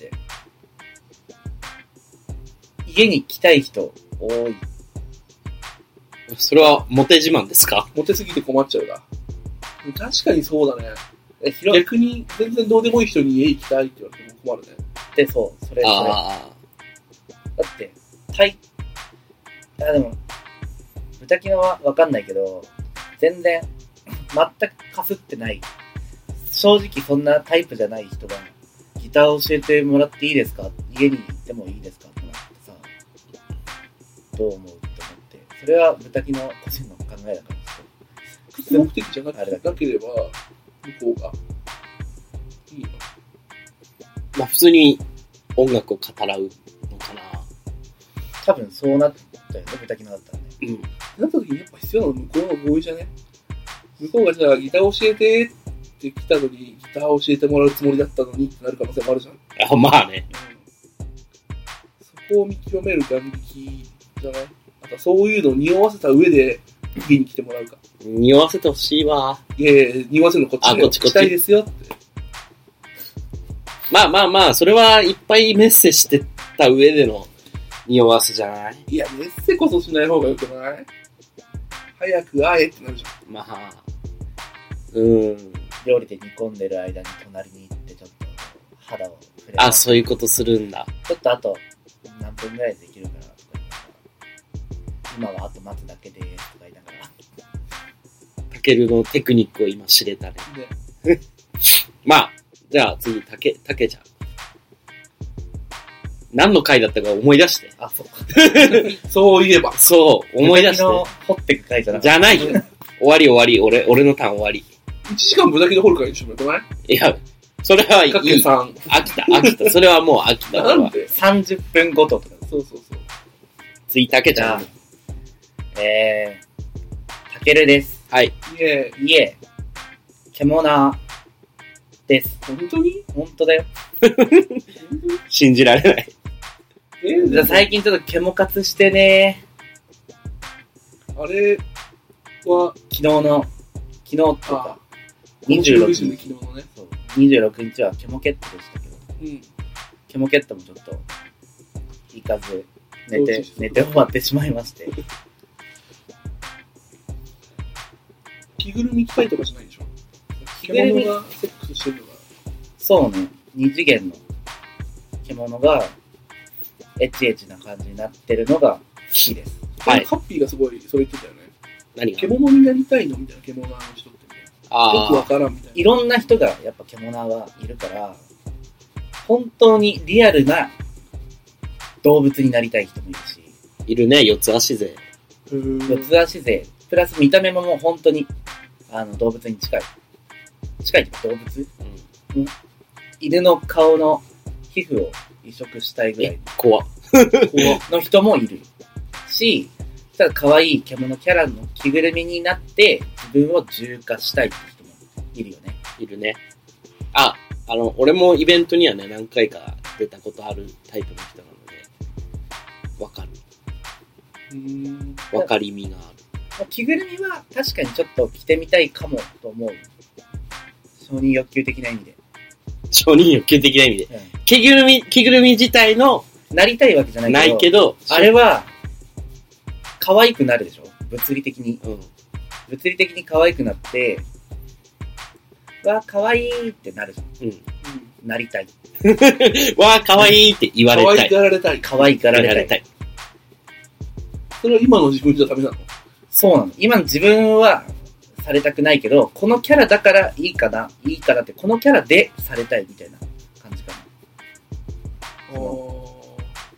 家に来たい人多い。 それはモテ自慢ですか？ モテすぎて困っちゃうな。確かにそうだね。え逆に全然どうでもいい人に家行きたいって言われても困るね。 で、そう、それそれ。 あだって、たい、あ、でも、豚キノはわかんないけど、全然、全くかすってない。正直そんなタイプじゃない人が、ギター教えてもらっていいですか？家に行ってもいいですか？ってなってさ、どう思うって思って。それは豚キノ個人の考えだから。 目的じゃなくなければ、向こうが、いいの。 まあ普通に音楽を語らうのかな。 多分そうなったよね、豚キノだったらね。 うん。 なった時にやっぱ必要なの向こうの合意じゃね？向こうがじゃあギター教えてって来たのに、ギター教えてもらうつもりだったのにってなる可能性もあるじゃん。 あ、まあね。 うん、そこを見極める眼力じゃない？あとそういうのを匂わせた上で家に来てもらうか。 匂わせてほしいわ。 いやいや、匂わせるのこっちあ、こっちこっち。 したいですよって。 まあまあまあ、それはいっぱいメッセしてった上での匂わせじゃない？ いや、メッセこそしない方がよくない？早く会えってなるじゃん。 まあ、うーん。 料理で煮込んでる間に隣に行ってちょっと肌を触れあ、そういうことするんだ。 ちょっとあと何分ぐらいでできるからとか言いながら、今はあと待つだけでーすとか言いながら。 タケルのテクニックを今知れたね。 ねまあ、じゃあ次、タケ、タケちゃん。何の回だったか思い出して。 あ、そうか。 そういえば。 そう、思い出して。 掘ってく回じゃなくて。 じゃないよ。終わり終わり、俺、俺のターン終わり。 いちじかん豚キノ掘るから一緒にやってない？ いや、それはいい。 かけさん。 飽きた、飽きた。それはもう飽きた。 なんで ? さんじゅっぷんごととか。 そうそうそう。 次、タケちゃん。 えー、タケルです。 はい。 いえ、 いえ、獣です。 本当に？ 本当だよ。 信じられない。 えー、 最近ちょっとケモ活してね。 あれは、 昨日の、昨日とか、にじゅうろくにち、 昨日のね。 そうにじゅうろくにちはケモケットでしたけど、 うん。 ケモケットもちょっと、行かず、寝て、寝て終わってしまいまして。 着ぐるみ着たいとかじゃないでしょ？ 着ぐるみ獣がセックスしてるのが。 そうね、二次元の獣が、エッチエッチな感じになってるのが好きです。 はい。ハッピーがすごい、それ言ってたよね。 何が？ 獣になりたいのみたいな、獣の人ってね。 あよくわからんみたいな。 いろんな人がやっぱ獣はいるから、本当にリアルな動物になりたい人もいるし。 いるね、四つ足勢。 四つ足勢。プラス見た目ももう本当に、あの、動物に近い。近いって動物、うん、犬の顔の皮膚を移植したいぐらい怖っの人もいるし、ただ可愛い獣キャラの着ぐるみになって自分を重化したいって人もいるよね。 いるね。あ、あの、俺もイベントにはね、何回か出たことあるタイプの人なので、わかる。 うーん。 わかりみがある。 着ぐるみは確かにちょっと着てみたいかもと思う。承認欲求的な意味で。 承認欲求的な意味で。 うん、 着ぐるみ、着ぐるみ自体の、 なりたいわけじゃないけど。 ないけど、 あれは、可愛くなるでしょ？物理的に。 うん。 物理的に可愛くなって、わー可愛いってなるじゃん。 うん。 なりたい。 わー可愛いって言われたい。 可愛がられたい。 可愛がられたい。 それは今の自分じゃダメなの？ そうなの。今の自分はされたくないけど、このキャラだからいいかな、いいかなって、このキャラでされたいみたいな感じかな。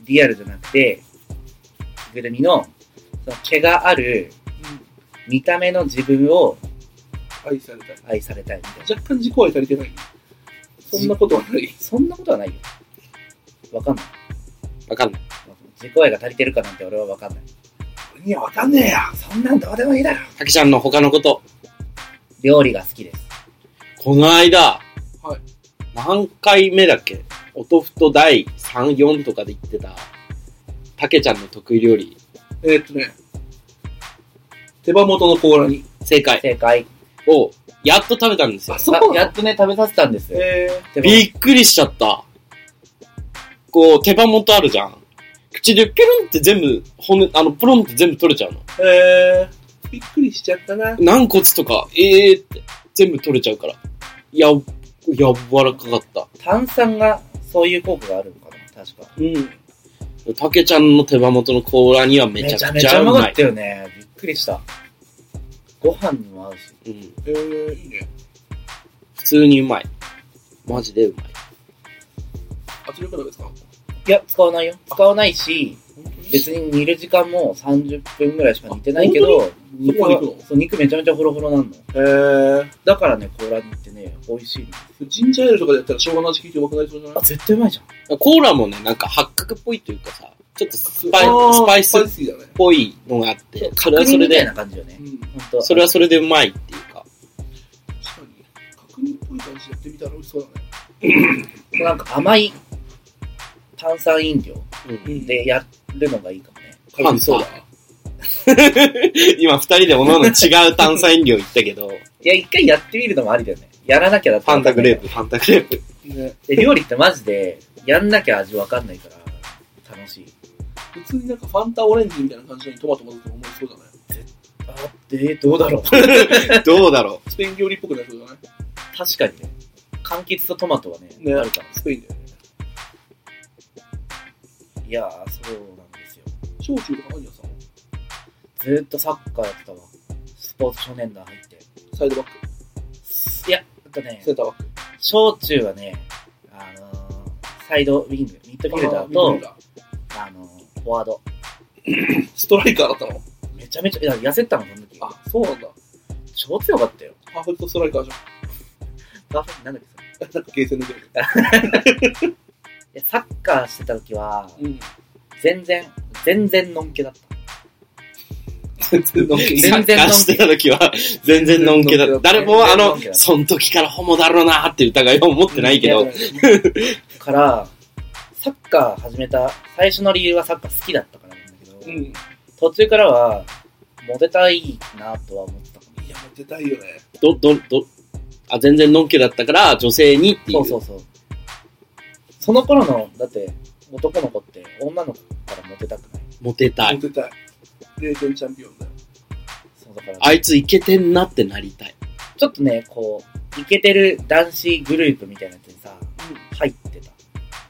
リアルじゃなくて、着ぐるみの、その毛がある、見た目の自分を愛されたい。 愛されたいみたいな。 若干自己愛足りてない。そんなことはない。 そんなことはないよ。わかんない。 わかんない。 自己愛が足りてるかなんて俺はわかんない。 俺にはわかんねえや。 そんなんどうでもいいだろ。 たけちゃんの他のこと。 料理が好きです。 この間、 はい。 何回目だっけ？おとふとだいさん、よんとかで言ってた、たけちゃんの得意料理。 えー、っとね、手羽元の甲羅に。 正解。 正解。 を、やっと食べたんですよ。 あ、そうやっとね、食べさせたんですよ。 えー、 びっくりしちゃった。こう、手羽元あるじゃん。口でピュルンって全部、骨、あの、プロンって全部取れちゃうの。 えー、びっくりしちゃったな。 軟骨とか、えーって全部取れちゃうから。や、柔らかかった。 炭酸がそういう効果があるのかな、確か。 うん。 たけちゃんの手羽元の甲羅にはめちゃくちゃうまい。めちゃめちゃうまかったよね。びっくりした。ご飯にも合うし。 うん。えー、いいね。 普通にうまい。マジでうまい。 圧力鍋使うの？ いや、使わないよ。使わないし、別に煮る時間もさんじゅっぷんぐらいしか煮てないけど、肉は、そう、肉めちゃめちゃホロホロなんの。 へー。 だからね、コーラ煮ってね、美味しいの。 ジンジャーエールとかでやったら生姜の味効いてうまくなりそうじゃない？ あ、絶対うまいじゃん。 コーラもね、なんか八角っぽいというかさ、ちょっとスパイスパイスっぽいのがあって、それはそれで、みたいな感じよね。 うん、 本当。 それはそれでうまいっていうか。 確かに、角煮っぽい感じでやってみたら美味しそうだね。 なんか甘い炭酸飲料でやるのがいいかもね。 ファンそうだ。今二人でおのおの違う炭酸飲料言ったけど。 いや、一回やってみるのもありだよね。やらなきゃだってファンタグレープ、ファンタグレープ。 ね、 で料理ってマジで、やんなきゃ味わかんないから、楽しい。 普通になんかファンタオレンジみたいな感じにトマト混ぜても思いそうだね。 あ、で、どうだろう。 どうだろう。 スペイン料理っぽくなりそうだね。 確かにね。柑橘とトマトはね、 ねあるから。 スペインだよね。 いやー、そうなんですよ。 小中とか何やってたの？ ずーっとサッカーやってたわ。スポーツ少年団入って。 サイドバック。 いや、あとね、 センターバック。 小中はね、あのー、サイドウィング、ミッドフィルダーと、あ、あのー、フォワード。 ストライカーだったの？ めちゃめちゃ、いや、痩せたの、その時。 あ、そうなんだ。 超強かったよ。 パーフェクトストライカーじゃん。 パーフェクト、なんだっけ、それ。 なんかゲーセンのゲーム。 サッカーしてた時は、 うん、 全然、全然のんけだった。 全然のんけ。全然のんけしてた時は、全然のんけだった。誰もあの、その時からホモだろうなーって疑いは思ってないけど。 から、サッカー始めた、最初の理由はサッカー好きだったからなんだけど、 うん、 途中からは、モテたいなとは思ってたかも。 いや、モテたいよね。 ど、ど、ど、あ、全然のんけだったから、女性にっていう。 そうそうそう。その頃の、だって、男の子って女の子からモテたくない？ モテたい。 モテたい。れいてんチャンピオンだよ。 そうだから、ね、 あいつイケてんなってなりたい。 ちょっとね、こう、イケてる男子グループみたいなやつにさ、うん、入ってた。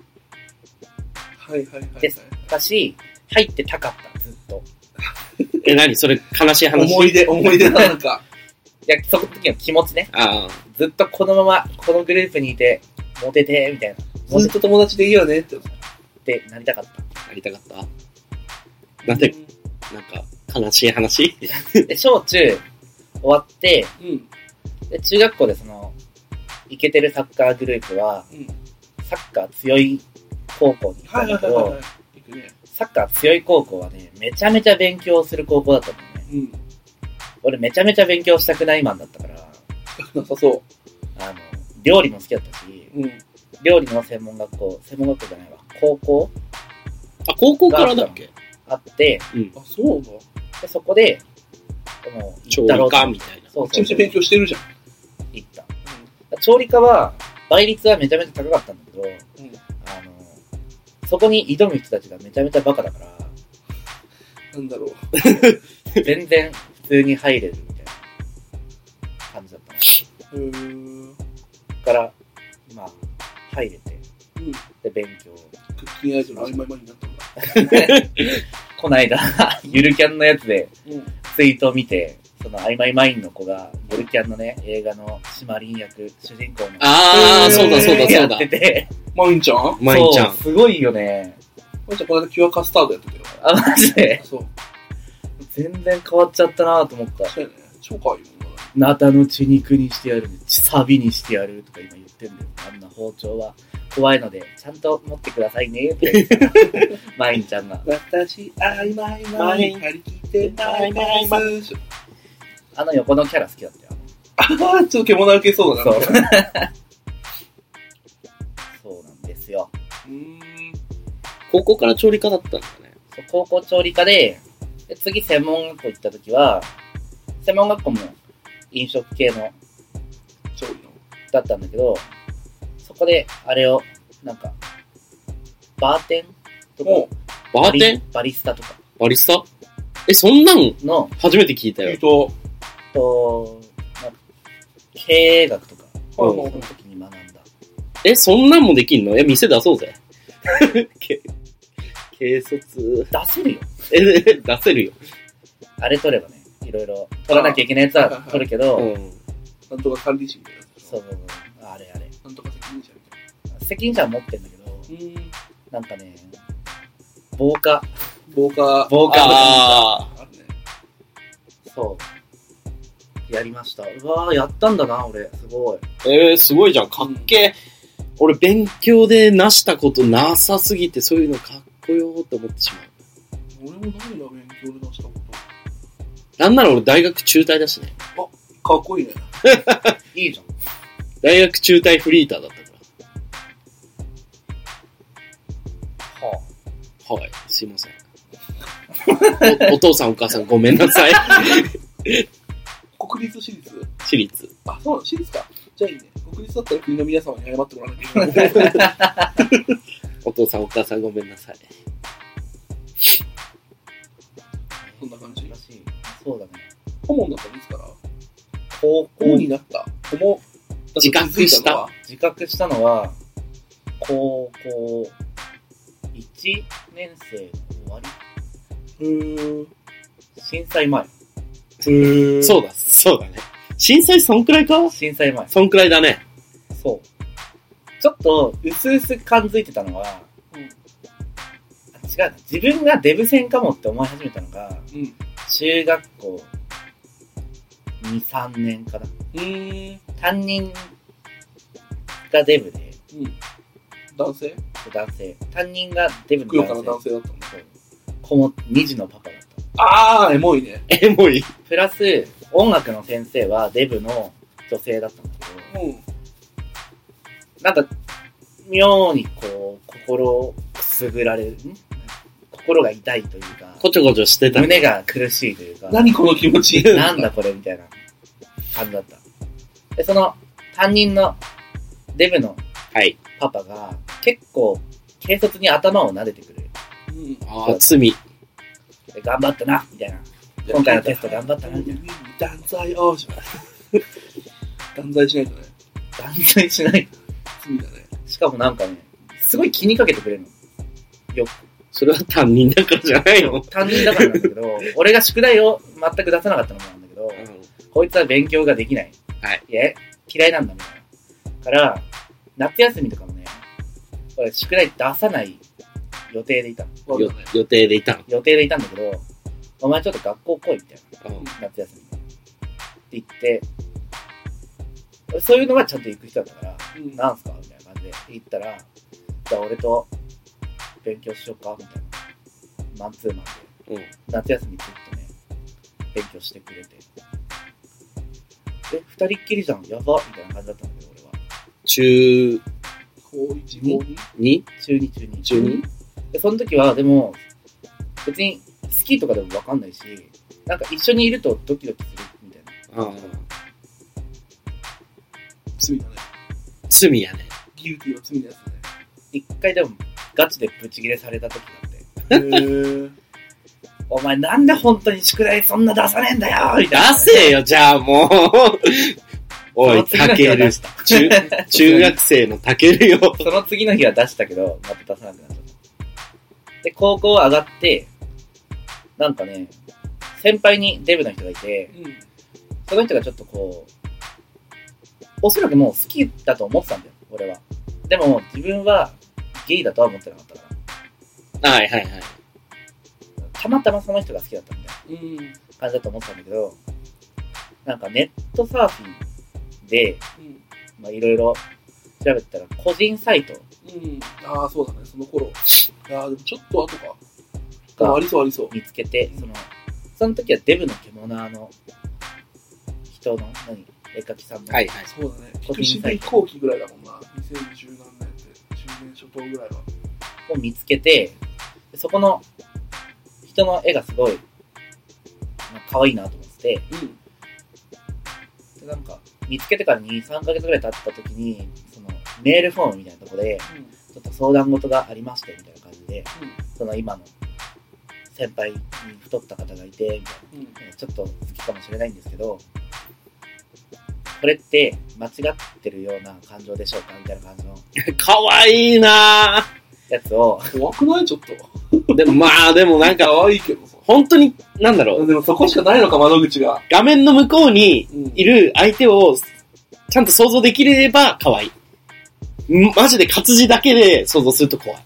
はいはいはい、はい。 で、だし、入ってたかった、ずっと。 え、何それ悲しい話？ 思い出、思い出なんか。 いや、その時の気持ちね。 ああ。 ずっとこのまま、このグループにいて、モテて、みたいな。 ずっと友達でいいよねって。 ってなりたかった。 なりたかった。なんで、なんか、悲しい話で、小中、終わって、 うん、 で、中学校でその、イケてるサッカーグループは、うん、サッカー強い高校に行ったんだけど、サッカー強い高校はね、めちゃめちゃ勉強する高校だったのね。うん、俺めちゃめちゃ勉強したくないマンだったから、 なさそう。 あの、料理も好きだったし、 うん、 料理の専門学校、専門学校じゃないわ、高校あ、高校からだっけ？ あって、 うん、あ、そうだ。 で、そこで、もう、 調理科みたいな。 そうそうそう。めちゃめちゃ勉強してるじゃん。 行った。うん、調理科は、倍率はめちゃめちゃ高かったんだけど、うん、あの、そこに挑む人たちがめちゃめちゃバカだから、 なんだろう。 全然普通に入れるみたいな感じだったの。 へー。 から、まあ、入れて、うん、で、勉強。 クッキンアイドルの曖昧マになったんだ。 こないだ、ゆるキャンのやつで、ツイートを見て、その曖昧マインの子が、ゆるキャンのね、映画のシマリン役、主人公の。 あー、そうだそうだそうだ。 やってて。 マインちゃんマインちゃん。 すごいよね。 これじゃこの間キュアカスタードやってたよ。 あ、マジでそう。 全然変わっちゃったなと思った。 そうやね。超可愛いもんな。 ナタの血肉にしてやる、サビにしてやるとか今言ってんだよ。あんな包丁は怖いので、ちゃんと持ってくださいねって言ってた。マインちゃんが。 私、あいまいまい、張り切ってまいまいまい。 あの横のキャラ好きだったよ。 ああ、ちょっと獣受けそうだな。 そう。そうなんですよ。 うーん。 高校から調理科だったんだね。 そう高校調理科で、で次専門学校行った時は、専門学校も飲食系の調理の。 だったんだけど、そこであれを、なんか、バーテンとか、 バーテンバリスタとかバリスタえ、そんなんの、 初めて聞いたよ。 えっと、 と、なんか経営学とか、 うんその時に学んだ。 え、そんなんもできんのえ、店出そうぜ。け軽率。 出せるよ。 え、出せるよ。 あれ取ればね、いろいろ取らなきゃいけないやつは取るけど、 うん。 なんとか管理士みたいなやつ。 そうそうそう、あれあれ。 なんとか責任者みたいな。 責任者は持ってんだけど、 うーん。 なんかね、防火、 防火。 防火ああるね。 そう。やりました。うわー、やったんだな、俺。すごい。 ー。えー、すごいじゃん。かっけー。俺、勉強でなしたことなさすぎて、そういうのかっこよーって思ってしまう。 俺も何が勉強で出したことなんなら俺、大学中退だしね。 かっこいいね。 いいじゃん。 大学中退フリーターだったかはら。はい。すいません。お, お父さんお母さんごめんなさい。 国立私立私立。 あ、そうなの私立か。じゃあいいね。国立だったら国の皆様に謝ってもらわなきゃいけない。 お父さんお母さんごめんなさい。 そんな感じ。 らしい。そうだね。 顧問だったらいつから高校顧問になった。顧問。 自覚したのは自覚したのは、高校いちねん生の終わりうーん。 震災前。 へそうだ、そうだね。震災そんくらいか震災前。 そんくらいだね。 そう。ちょっと、うすうす感づいてたのは、 うん。 あ違うな。自分がデブ戦かもって思い始めたのが、 うん。 中学校に、さんねんかな。 うーん。 担任がデブで、 うん。男性男性。担任がデブふくよかなの男性。 男性だったんだ。 そう子もに児のパパだった。 あー、エモいね。 え、もういい。 プラス、音楽の先生はデブの女性だったんだけど、 うん。 なんか、妙にこう、心をくすぐられる、ん心が痛いというか、 こちょこちょしてた。 胸が苦しいというか、 何この気持ちなんだこれみたいな感じだった。で、その担任のデブのはい。 パパが結構軽率に頭を撫でてくる。 うん。 ああ、罪。 で頑張ったな、みたいな。今回のテスト頑張ったな、みたいな。 断罪をします。断罪しないとね。 断罪しない。 罪だね。 しかもなんかね、すごい気にかけてくれるの。よく。 それは担任だからじゃないの。 担任だからなんだけど、俺が宿題を全く出さなかったのもなんだけど、こいつは勉強ができない。 はい。 いや、嫌いなんだみたいな。から、夏休みとかもね、俺宿題出さない予定でいたの。 よ予定でいたの。 予定でいたんだけど、お前ちょっと学校来いみたいな。 うん夏休みに。って言って、俺そういうのはちゃんと行く人だったから、 うん。 なんすかみたいな感じで行ったら、じゃあ俺と勉強しようかみたいな。マンツーマンで。 うん。 夏休みずっとね、勉強してくれて。え、二人っきりじゃん、やばみたいな感じだったんだけど、俺は。 中高一、高二に中に中に。 中にで、その時は、でも、別に好きとかでもわかんないし、なんか一緒にいるとドキドキするみたいな。 ああ。 罪だね。 罪やね。 ギルティの罪のやつだね。 一回でもガチでブチギレされた時があって、 へー。 お前なんで本当に宿題そんな出さねえんだよみたいな。 出せよ、じゃあもう。おい、たける。中、中学生のたけるよ。 その次の日は出したけど、また出さなくなっちゃった。で、高校上がって、なんかね、先輩にデブの人がいて、 うん。 その人がちょっとこう、おそらくもう好きだと思ってたんだよ、俺は。でも、自分はゲイだとは思ってなかったから。 はいはいはい。 たまたまその人が好きだったみたいうん。 な感じだと思ってたんだけど、なんかネットサーフィンで、 うん。 まあいろいろ調べてたら、個人サイトうん。ああ、そうだね、その頃。ああ、でもちょっと後か。あありそうありそう。 見つけて、その、その時はデブの獣の人の、何、絵描きさんの、 はいはい。 そうだね。 個人人サイト志後期ぐらいだもんな。にせんじゅう何年って、じゅうねん初頭ぐらいは。 を見つけて、でそこの人の絵がすごい、なんか可愛いなと思ってて、 うん。 でなんか、見つけてからに、さんかげつぐらい経った時に、その、メールフォームみたいなとこで、ちょっと相談事がありまして、みたいな感じで、その今の先輩に太った方がいて、みたいうん。うん。 な、ちょっと好きかもしれないんですけど、これって間違ってるような感情でしょうかみたいな感じのかわいいなやつを、 怖くないちょっと。 ぁ。でもまあでもなんか、 可愛いけどさ。 本当に、なんだろう。 でもそこしかないのか、窓口が。 画面の向こうにうん。 いる相手を、ちゃんと想像できれば可愛い。んマジで活字だけで想像すると怖い。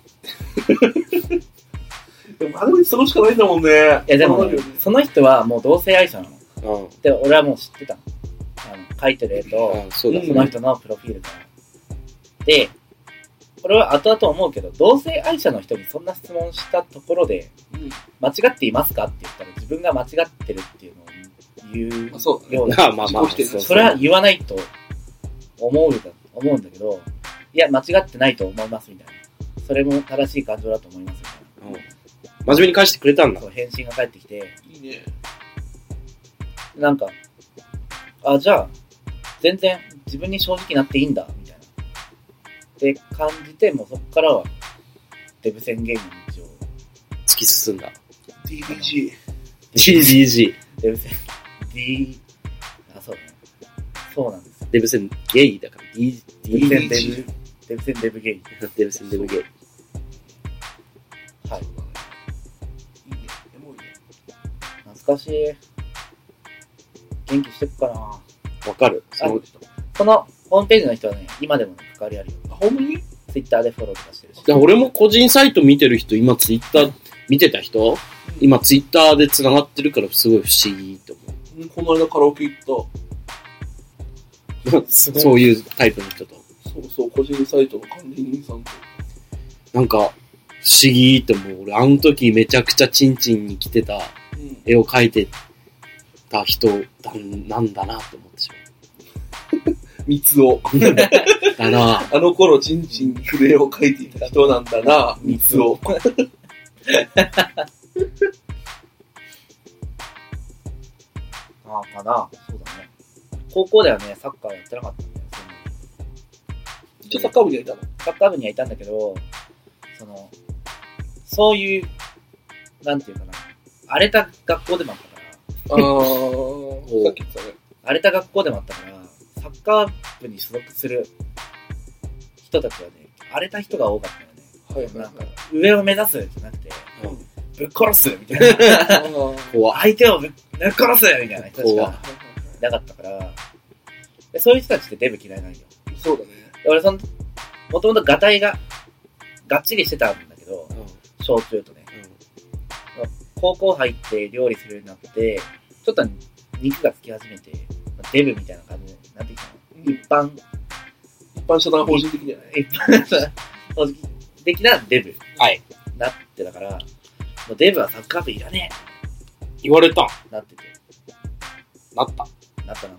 でも窓口そこしかないんだもんね。いいやでも、 そうなるよねその人はもう同性愛者なの。 うん。 で、俺はもう知ってたの。あの、描いてる絵と、 あそうだうんその人のプロフィールから。で、俺は後々思うけど、同性愛者の人にそんな質問したところで、 うん。 間違っていますかって言ったら自分が間違ってるっていうのを言まあそうだねうような。 まあまあまあ。 自己否定そうそれは言わないと思うだ思うんだけど、いや、間違ってないと思いますみたいな。それも正しい感情だと思いますみたいうん真面目に返してくれたんな。 だ。 そう、返信が返ってきて、 いいね。 なんか、あ、じゃあ、全然自分に正直になっていいんだ、みたいな。って感じて、もうそこからは、デブ宣言の道を、 突き進んだ。 ディービージー。 ジージージー。 デブ宣、D、あ、そうだね。そうなんですよ。 デブ戦ゲイだから。D、 デブ D、 宣デブ、デブ宣デブゲイ。 デブ戦デブゲイ。 はい。 いいね。エモいね。 懐かしい。元気してっかな。 わかる。その、 このホームページの人はね、今でも、ね、関わりあるよ。 あ、ほんまにツイッターでフォローとかしてるし。 で俺も個人サイト見てる人、今ツイッター見てた人、今ツイッターで繋がってるからすごい不思議と思うんこの間カラオケ行った。 う。そういうタイプの人と。 そうそう、個人サイトの管理人さんと。 なんか、不思議と思う。俺、あの時めちゃくちゃチンチンに来てたうん。 絵を描いてた人だなんだなと思ってし三つを。 まう。だなあの頃、ちんちんに筆を描いていた人なんだな、三つを。 ああ、かな。そうだね。高校ではね、サッカーやってなかったんだよ。そんなに一応サッカー部にはいたの。 サッカー部にはいたんだけど、その、そういう、なんていうかな、荒れた学校でもあったから、 あー、さっき言ってたね。 荒れた学校でもあったから、サッカー部に所属する人たちはね、荒れた人が多かったよね。 はいはいはないんか、上を目指すじゃなくて、 うんぶっ殺すみたいな。 あー怖っ。 相手をぶっぶっ殺すみたいな人し怖っかいなかったから、でそういう人たちってデブ嫌いなんよ。 そうだね。 で俺その、もともとガタイが、がっちりしてたんだけど、小中とね、高校入って料理するようになって、ちょっと肉がつき始めて、デブみたいな感じになってきたの。一般、 一般社団法人的にはね。 一般的なデブ。 はい。 なってたから、もうデブはサッカー部いらね言われた。 えなってて、 なった。 なったなった。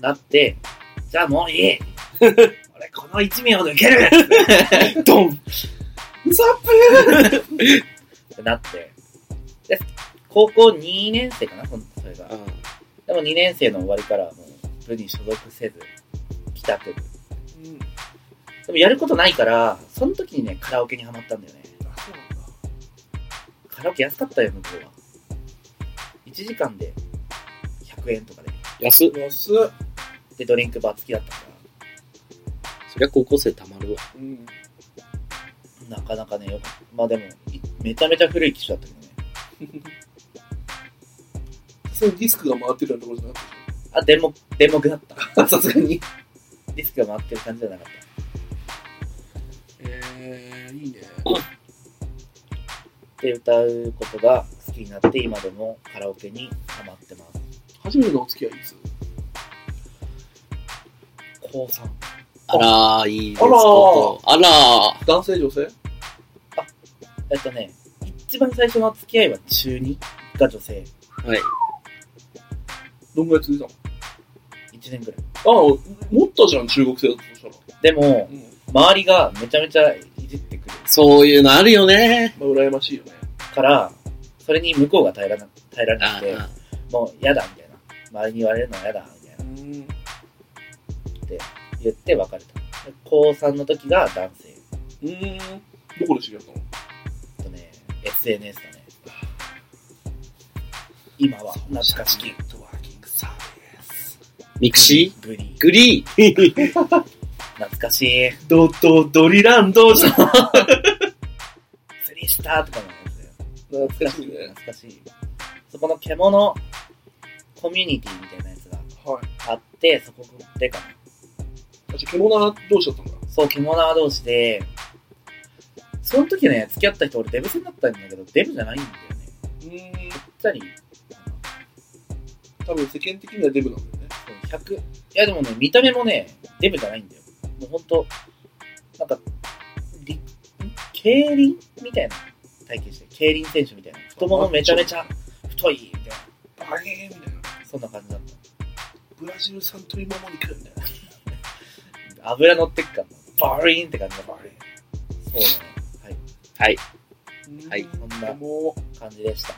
なって、じゃあもういい俺この一味を抜けるドンウソップってなって、で、高校にねん生かな、そそれが。 うん。 でもにねん生の終わりからもう部に所属せず、帰宅部。 うん。 でもやることないから、その時にね、カラオケにハマったんだよね。 あ、そうなんだ。 カラオケ安かったよ、向こうは。いちじかんでひゃくえんとかで。 安っ。 安っ。 で、ドリンクバー付きだったかそりゃ高校生たまるわ。 うん。 ら、なかなかね、よかった。まあでも、いめちゃめちゃ古い機種だったけどね。 それディスクが回ってるようなところじゃなかっあ、電目、電目だった。 たさすがに。 ディスクが回ってる感じじゃなかった。 えー、いいね。 で歌うことが好きになって今でもカラオケにハマってます。 初めてのお付き合いいつ？ 高さん。 あらー、いいですこと。あらー。 男性女性？ えっとね、一番最初の付き合いは中にが女性。 はい。 どんぐらい続いたの？ いちねんぐらい。 ああ、持ったじゃん、中国生だとしたら。 でも、うん、周りがめちゃめちゃいじってくる。 そういうのあるよね。 まあ、羨ましいよね。 から、それに向こうが耐えらな、耐えられなくて、もう嫌だみたいな。周りに言われるのは嫌だみたいな。うんって言って別れた。高さんの時が男性。 うーん。どこで知り合ったの？ えっとね、エスエヌエス だね。今は懐かしき。 ミクシー？ グリー。 グリー懐かしい。 ドドドリランドじゃん。 スリースターとかのやつよ。 懐かしいね。 懐かしい。そこの獣コミュニティみたいなやつがあって、はい、そこでかな。 あ、じゃあ獣同士だったんだ。 そう、獣同士で、その時ね、付き合った人俺デブ戦だったんだけど、デブじゃないんだよね。うーん。ぽっちゃり。 多分世間的にはデブなんだよね。 ひゃく。いやでもね、見た目もね、デブじゃないんだよ。もうほんと、なんか、り、競輪みたいな体型して、競輪選手みたいな。太ももめちゃめちゃ太い、みたいな。 バゲーみたいな。 そんな感じだった。 ブラジル産鶏もも肉みたいな。 油乗ってっから、バリーンって感じだ。バリーン。そうだね。はい。はい。はい。そんな感じでした。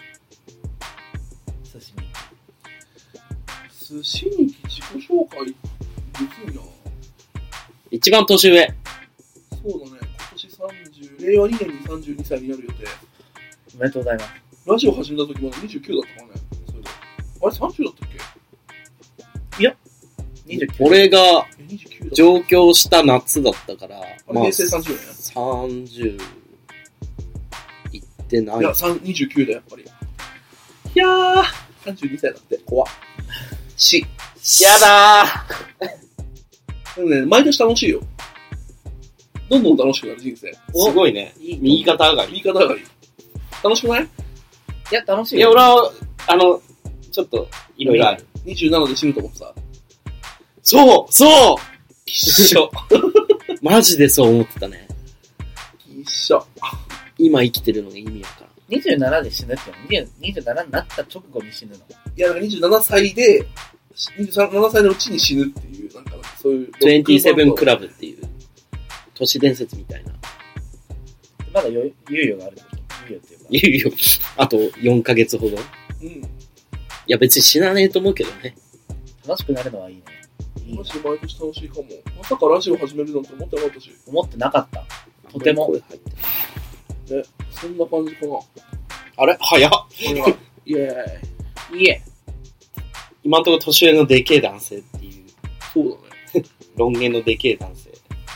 寿司に。 寿司に自己紹介できるな。 一番年上。 そうだね。今年さんじゅう、れいわにねんにさんじゅうにさいになる予定。 おめでとうございます。 ラジオ始めた時まだにじゅうきゅうだったからね。それで。あれさんじゅうだったっけ？ いや、にじゅうきゅう。 俺が上京した夏だったから、 まあ、平成さんじゅうねん。 さんじゅういってない。 いや、にじゅうきゅうだやっぱり。いやー、さんじゅうにさいだって、怖っ。し。 やだー。でもね、毎年楽しいよ。どんどん楽しくなる人生。 すごいね。右肩上がり。 右肩上がり。楽しくない？ いや、楽しいよ。 いや、俺は、あの、ちょっと、いろいろある。 にじゅうななで死ぬと思ってさ。 そうそう一緒。マジでそう思ってたね。 一緒。 今生きてるのが意味やから。 にじゅうななで死ぬっての？にじゅうななになった直後に死ぬの？ いや、だからにじゅうななさいで、にじゅうななさいのうちに死ぬっていう、なんか、そういう。 にじゅうななクラブっていう、都市伝説みたいな。 まだ猶予があるってこと？猶予っていうか。 猶予。あとよんかげつほど。うん。いや、別に死なねえと思うけどね。 楽しくなるのはいいね。いいマジで毎年楽しいかも。まさかラジオ始めるなんて思ってなかったし。 思ってなかった。とても。 ね、そんな感じかな。 あれ早っ。 イェーイ。 イエ今んところ年上のでけえ男性っていう。 そうだね。 ロン毛のでけえ男性。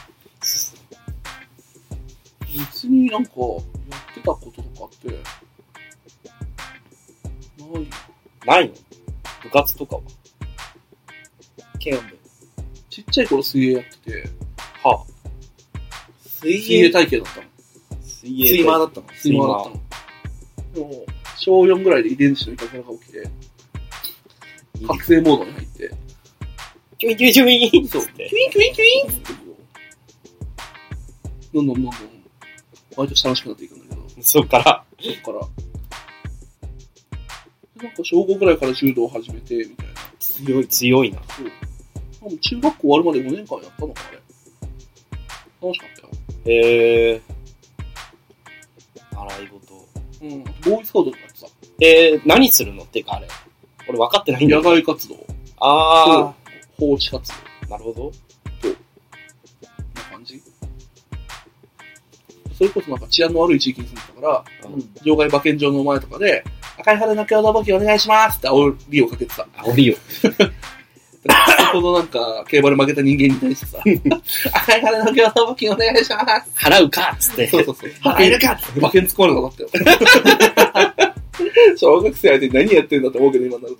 別になんか、やってたこととかって、ない。 ないの？部活とかは？ 軽音部。 ちっちゃい頃水泳やってて、 はあ、 水泳、水泳体系だったの。 水泳スイマーだったの。スイマーだったの。でも、しょうよんぐらいで遺伝子のいたずらが起きて、覚醒モードに入って、 キュインキュインキュインそう。キュインキュインキュインってどんどんどんどん、毎年楽しくなっていくんだけど。 そっから。 そっから。なんか小ごぐらいから柔道を始めて、みたいな。 強い、強いな。 そう。中学校終わるまでごねんかんやったのか、あれ。楽しかったよ。 へー。習い事。 うん。ボーイスカウトとかやってさ。 えー、何するのっていうかあれ。俺分かってないんだよ。 野外活動。 あー。 放置活動。 なるほど。 そう。な感じ。それこそなんか治安の悪い地域に住んでたから、うん、場外馬券場の前とかで、赤い羽の共同募金お願いしますって煽りをかけてた。 煽りを。 先ほどなんか、競馬で負けた人間に対してさ、赤い羽の共同募金お願いします。 払うかっつって。 そうそうそう。 払えるかっつって。 馬券突っ込まれたかったよ。小学生相手に何やってんだと思うけど、今になると。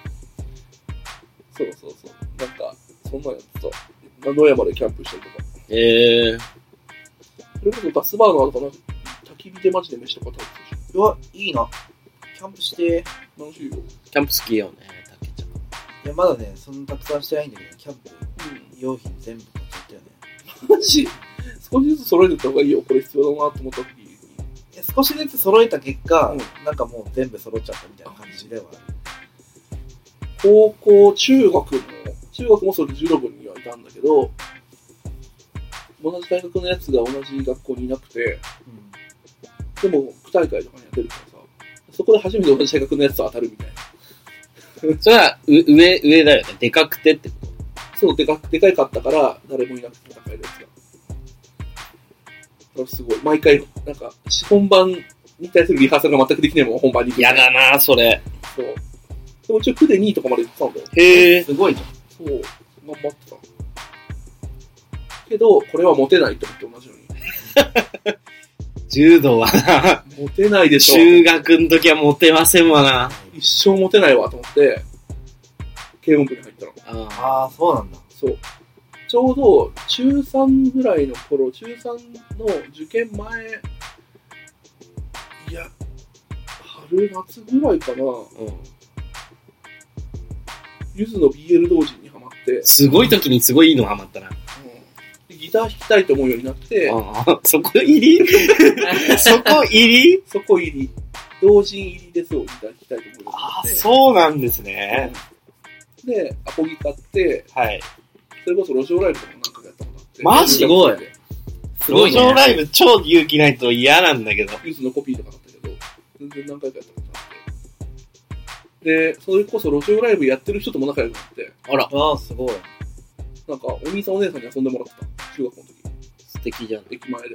そうそうそう。なんか、そんなんやってた。野山でキャンプしたりとか。 へえー。 それこそバスバーの後かな、焚き焚き火でマジで飯とか食べてたし。 うわ、いいな。キャンプして。 楽しいよ。 キャンプ好きよね、たけちゃん。 いや、まだね、そんなたくさんしてないんだけど、キャンプ、うん、用品全部買っちゃったよね。 マジ少しずつ揃えてった方がいいよ。これ必要だなと思った時に。いや、少しずつ揃えた結果、 うん、 なんかもう全部揃っちゃったみたいな感じではある。 高校、中学も、中学もそれで柔道部にはいたんだけど、同じ大学のやつが同じ学校にいなくて、うん、でも、区大会とかには出るからさ、そこで初めて同じ大学のやつと当たるみたいな。 それは上、上だよね。でかくてってこと？ そう、でかく、でかいかったから、誰もいなくて戦えるやつが。だからすごい。毎回、なんか、本番に対するリハーサルが全くできないまま本番に行く。 やだなぁ、それ。 そう。でも一応区でにいとかまで行ってたんだよ。 へぇー。 すごいじゃん。 そう。頑張ってた。けど、これはモテないと思って同じように。 柔道はな、 モテないでしょ。 中学の時はモテませんわな。 一生モテないわと思って、軽音部に入ったの。 ああ、そうなんだ。 そう。ちょうど、中さんぐらいの頃、中さんの受験前、いや、春夏ぐらいかな。うん。ゆずの ビーエル 同時にハマって。 すごい時にすごいいいのハマったな。 うん。ギター弾きたいと思うようになって。 ああ、そこ入りそこ入りそこ入り。同時入りですをギター弾きたいと思うようになって。 ああ、そうなんですね。 うん、で、アコギ買って、 はい。 それこそ路上ライブとかも何回かやったことあって。 マジすごい。 すごい、ね。路上ライブ超勇気ないと嫌なんだけど。 ユースのコピーとかだったけど、全然何回かやったことあって。で、それこそ路上ライブやってる人とも仲良くなって。 あら。 ああ、すごい。 なんか、お兄さんお姉さんに遊んでもらってた。中学校の時。 素敵じゃん。 駅前で。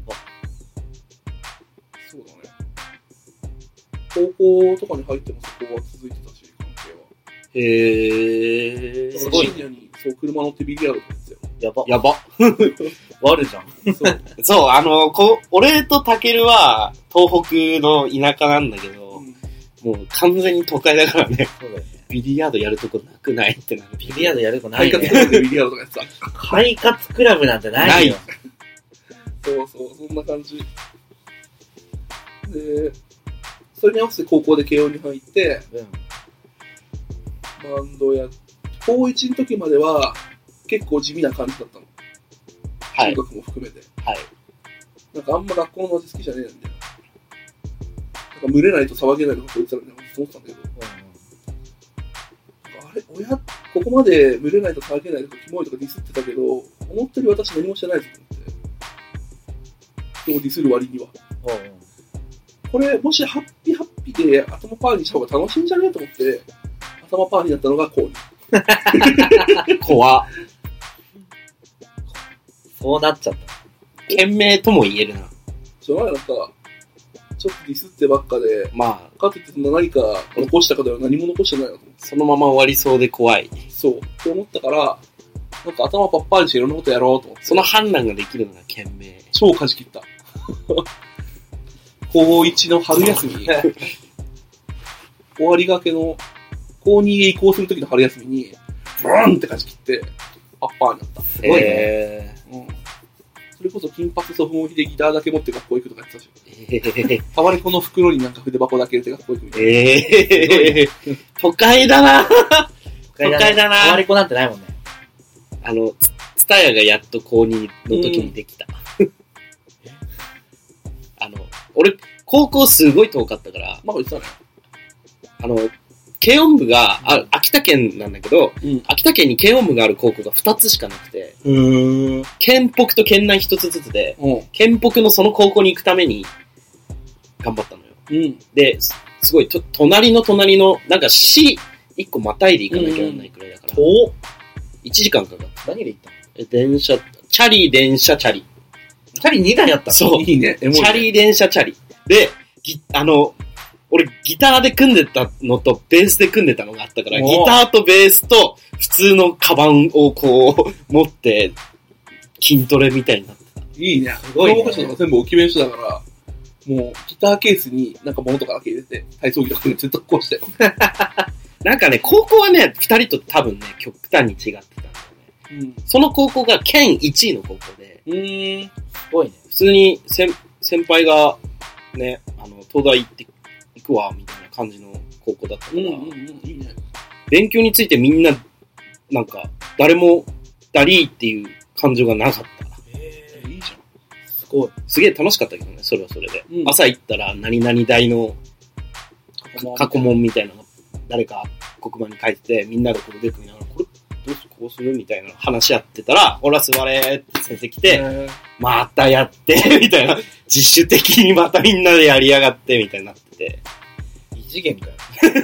そうだね。高校とかに入ってもそこは続いてたし、関係は。 へー。 すごい。深夜に、そう、車乗ってビリヤードとかやってたよ。 やば。 やば。 悪じゃん。 そう。 そう、あの、こ、俺とタケルは、東北の田舎なんだけど、うん、もう完全に都会だからね。 そうだよね。 ビリヤードやるとこなくないってなる。 ビリヤードやるとこないね。快活クラブでビリヤードとかやってた。 快活クラブなんてないよ。ない。 そうそう、そんな感じ。で、それに合わせて高校で慶応に入って、うん、バンドや、高いちの時までは結構地味な感じだったの。 はい。 中学も含めて。 はい。 なんかあんま学校の味好きじゃねえなみたいな。なんか群れないと騒げないとかこいつらみたいなこと思ってたんだけど。うん、あれ、親、ここまで群れないと騒げないとかキモいとかディスってたけど、思ったより私何もしてないぞと思って。人をディスる割には。うんうん、これ、もしハッピーハッピーで頭パーにした方が楽しいんじゃねえと思って、頭パーになったのがこうに。 怖っ。 そうなっちゃった。 懸命とも言えるな。 そう、なんか、ちょっとディスってばっかで、 まあ、 かといってそんな何か残したかでは何も残してないなと思って。 そのまま終わりそうで怖い。 そう。って思ったから、なんか頭パッパーにしていろんなことやろうと思って。 その判断ができるのが懸命。 超かじ切った。高いちの春休みに、終わりがけの、高にへ移行するときの春休みに、ブーンってかじ切って、パッパーになった。 すごいね。 うん。それこそ金髪ソフモヒでギターだけ持って学校行くとかやってたし。えー、タワレコの袋になんか筆箱だけ入れて学校行くみたいな。 えー、都会だな都会だなタワレコなんてないもんね。 あの、ツタヤがやっと高にの時にできた。うん、あの、俺、高校すごい遠かったから。 まあ、言ってたね。 あの、軽音部が、あ、秋田県なんだけど、うん、秋田県に軽音部がある高校がふたつしかなくて、 うーん県北と県内ひとつずつで、うん、県北のその高校に行くために頑張ったのよ。 うん、 で、すごいと、隣の隣の、なんか市いっこまたいで行かなきゃならないくらいだから、 うん、おいちじかんかかった。 何で行ったの？ え、電車、チャリ、電車、チャリ。 チャリにだいあったの？ そう。 いいね。 チャリ、電車、チャリ。で、ぎ、あの、俺ギターで組んでたのとベースで組んでたのがあったから、ギターとベースと普通のカバンをこう持って筋トレみたいになってた。 いいね。すごい、ね。この箇所が全部置き弁所だから、もうギターケースになんか物とかだけ入れて、体操着とかにずっとこうしたよ。 なんかね、高校はね、二人と多分ね、極端に違ってたんだよね。うん、その高校が県いちいの高校で、 うーん、 すごいね。 普通に先、先輩がね、あの、東大行って行くわ、みたいな感じの高校だったから、 うんうんうん、いいね。 勉強についてみんな、なんか、誰も、ダリーっていう感情がなかった。 えー、いいじゃん。 すごい。 すげえ楽しかったけどね、それはそれで。 うん、 朝行ったら、何々大の過去問みたいなのが、誰か黒板に書いてて、みんなでこう出てみながら、これ、どうするこうするみたいな話し合ってたら、ほら座れーって先生来て、 えー、 またやって、みたいな。自主的にまたみんなでやりやがって、みたいになってて。 異次元かよ。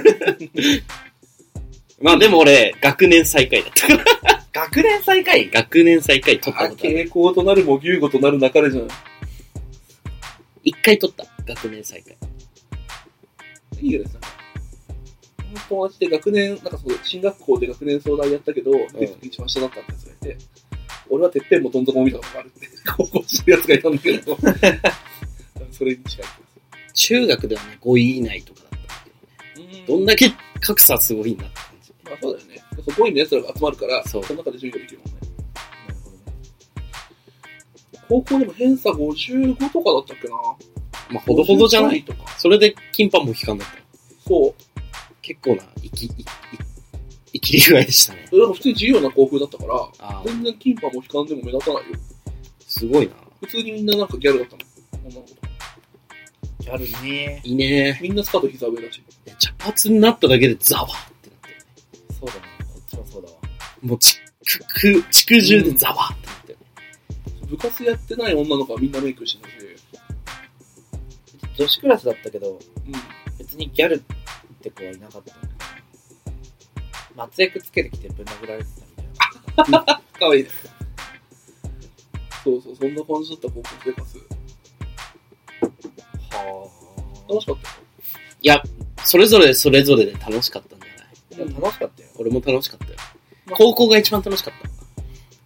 まあでも俺、学年最下位だったから。 学年最下位学年最下位取ったことある。 傾向となるも牛語となるなかれじゃん。 一回取った。学年最下位。 いいよね、さ。友達で学年、なんかそう、進学校で学年相談やったけど、うん、一番下だったってやつがいて、俺はてっぺんもどん底も見たことがあるって、高校してるやつがいたんだけど、それに近い。 中学ではね、ごい以内とかだったんだけどね。どんだけ格差すごいんだって感じ。 まあそうだよね。ごいの奴らが集まるから、 そその中で授業できるもんね。なるほどね。高校でも偏差ごじゅうごとかだったっけな。 まあほどほどじゃないとか。それで金パンも期間だった。 そう。 結構な、生き、生き、生きり具合でしたね。 だから普通に自由な校風だったから、全然金パンも期間でも目立たないよ。 すごいな。 普通にみんななんかギャルだったもん。女の子とか。 ギャルいねー。いいねー。みんなスカート膝上だし。 茶髪になっただけでザワーってなってるね。 そうだね。こっちもそうだわ。 もうちく、く、地区中でザワーってなってるね、 うん。部活やってない女の子はみんなメイクしてたし。 女子クラスだったけど、 うん、 別にギャルって子はいなかった。松江区つけてきてぶん殴られてたみたいな。 かわいいね。そうそう、そんな感じだった高校生活。 はぁ。楽しかったよ。 いや、それぞれそれぞれで楽しかったんじゃない？ いや、楽しかったよ。 俺も楽しかったよ。高校が一番楽しかった。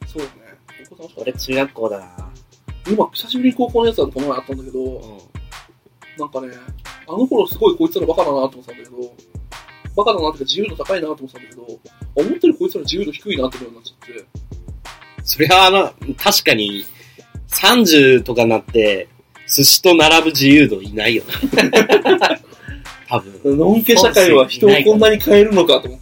そうだね。高校楽しかった。 俺中学校だな。 今、久しぶりに高校のやつはこの前あったんだけど、うん、なんかね、あの頃すごいこいつらバカだなと思ってたんだけど、バカだなってか自由度高いなと思ってたんだけど、思ってるこいつら自由度低いなって思うようになっちゃって。 そりゃあの、確かに、さんじゅうとかなって、寿司と並ぶ自由度いないよね。多分。 のんけ社会は人をこんなに変えるのかと思って。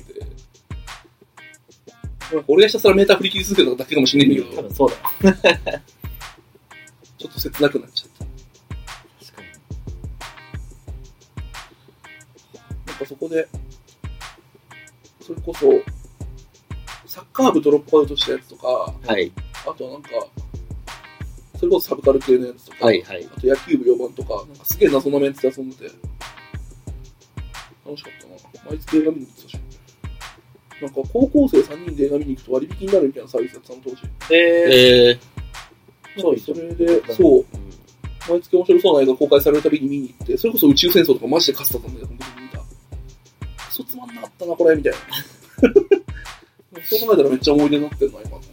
俺がひたすらメーター振り切り続けただけかもしれないけど。 多分そうだよ。 ちょっと切なくなっちゃった。 確かに。 なんかそこで、それこそ、サッカー部ドロップアウトしたやつとか、 はい。 あとはなんか、それこそサブカル系のやつとか、 はいはい。 あと野球部よばんとか、なんかすげえ謎のメンツで遊んでて、楽しかったな。毎月映画見に行ってたし。なんか高校生さんにんで映画見に行くと割引になるみたいなサービスやってたの当時。 へぇー。 そう、それで、そう、毎月面白そうな映画公開されるたびに見に行って、それこそ宇宙戦争とかマジで勝ってたんだよ、本当に見た。クソつまんなかったな、これ、みたいな。そう考えたらめっちゃ思い出になってるな、今。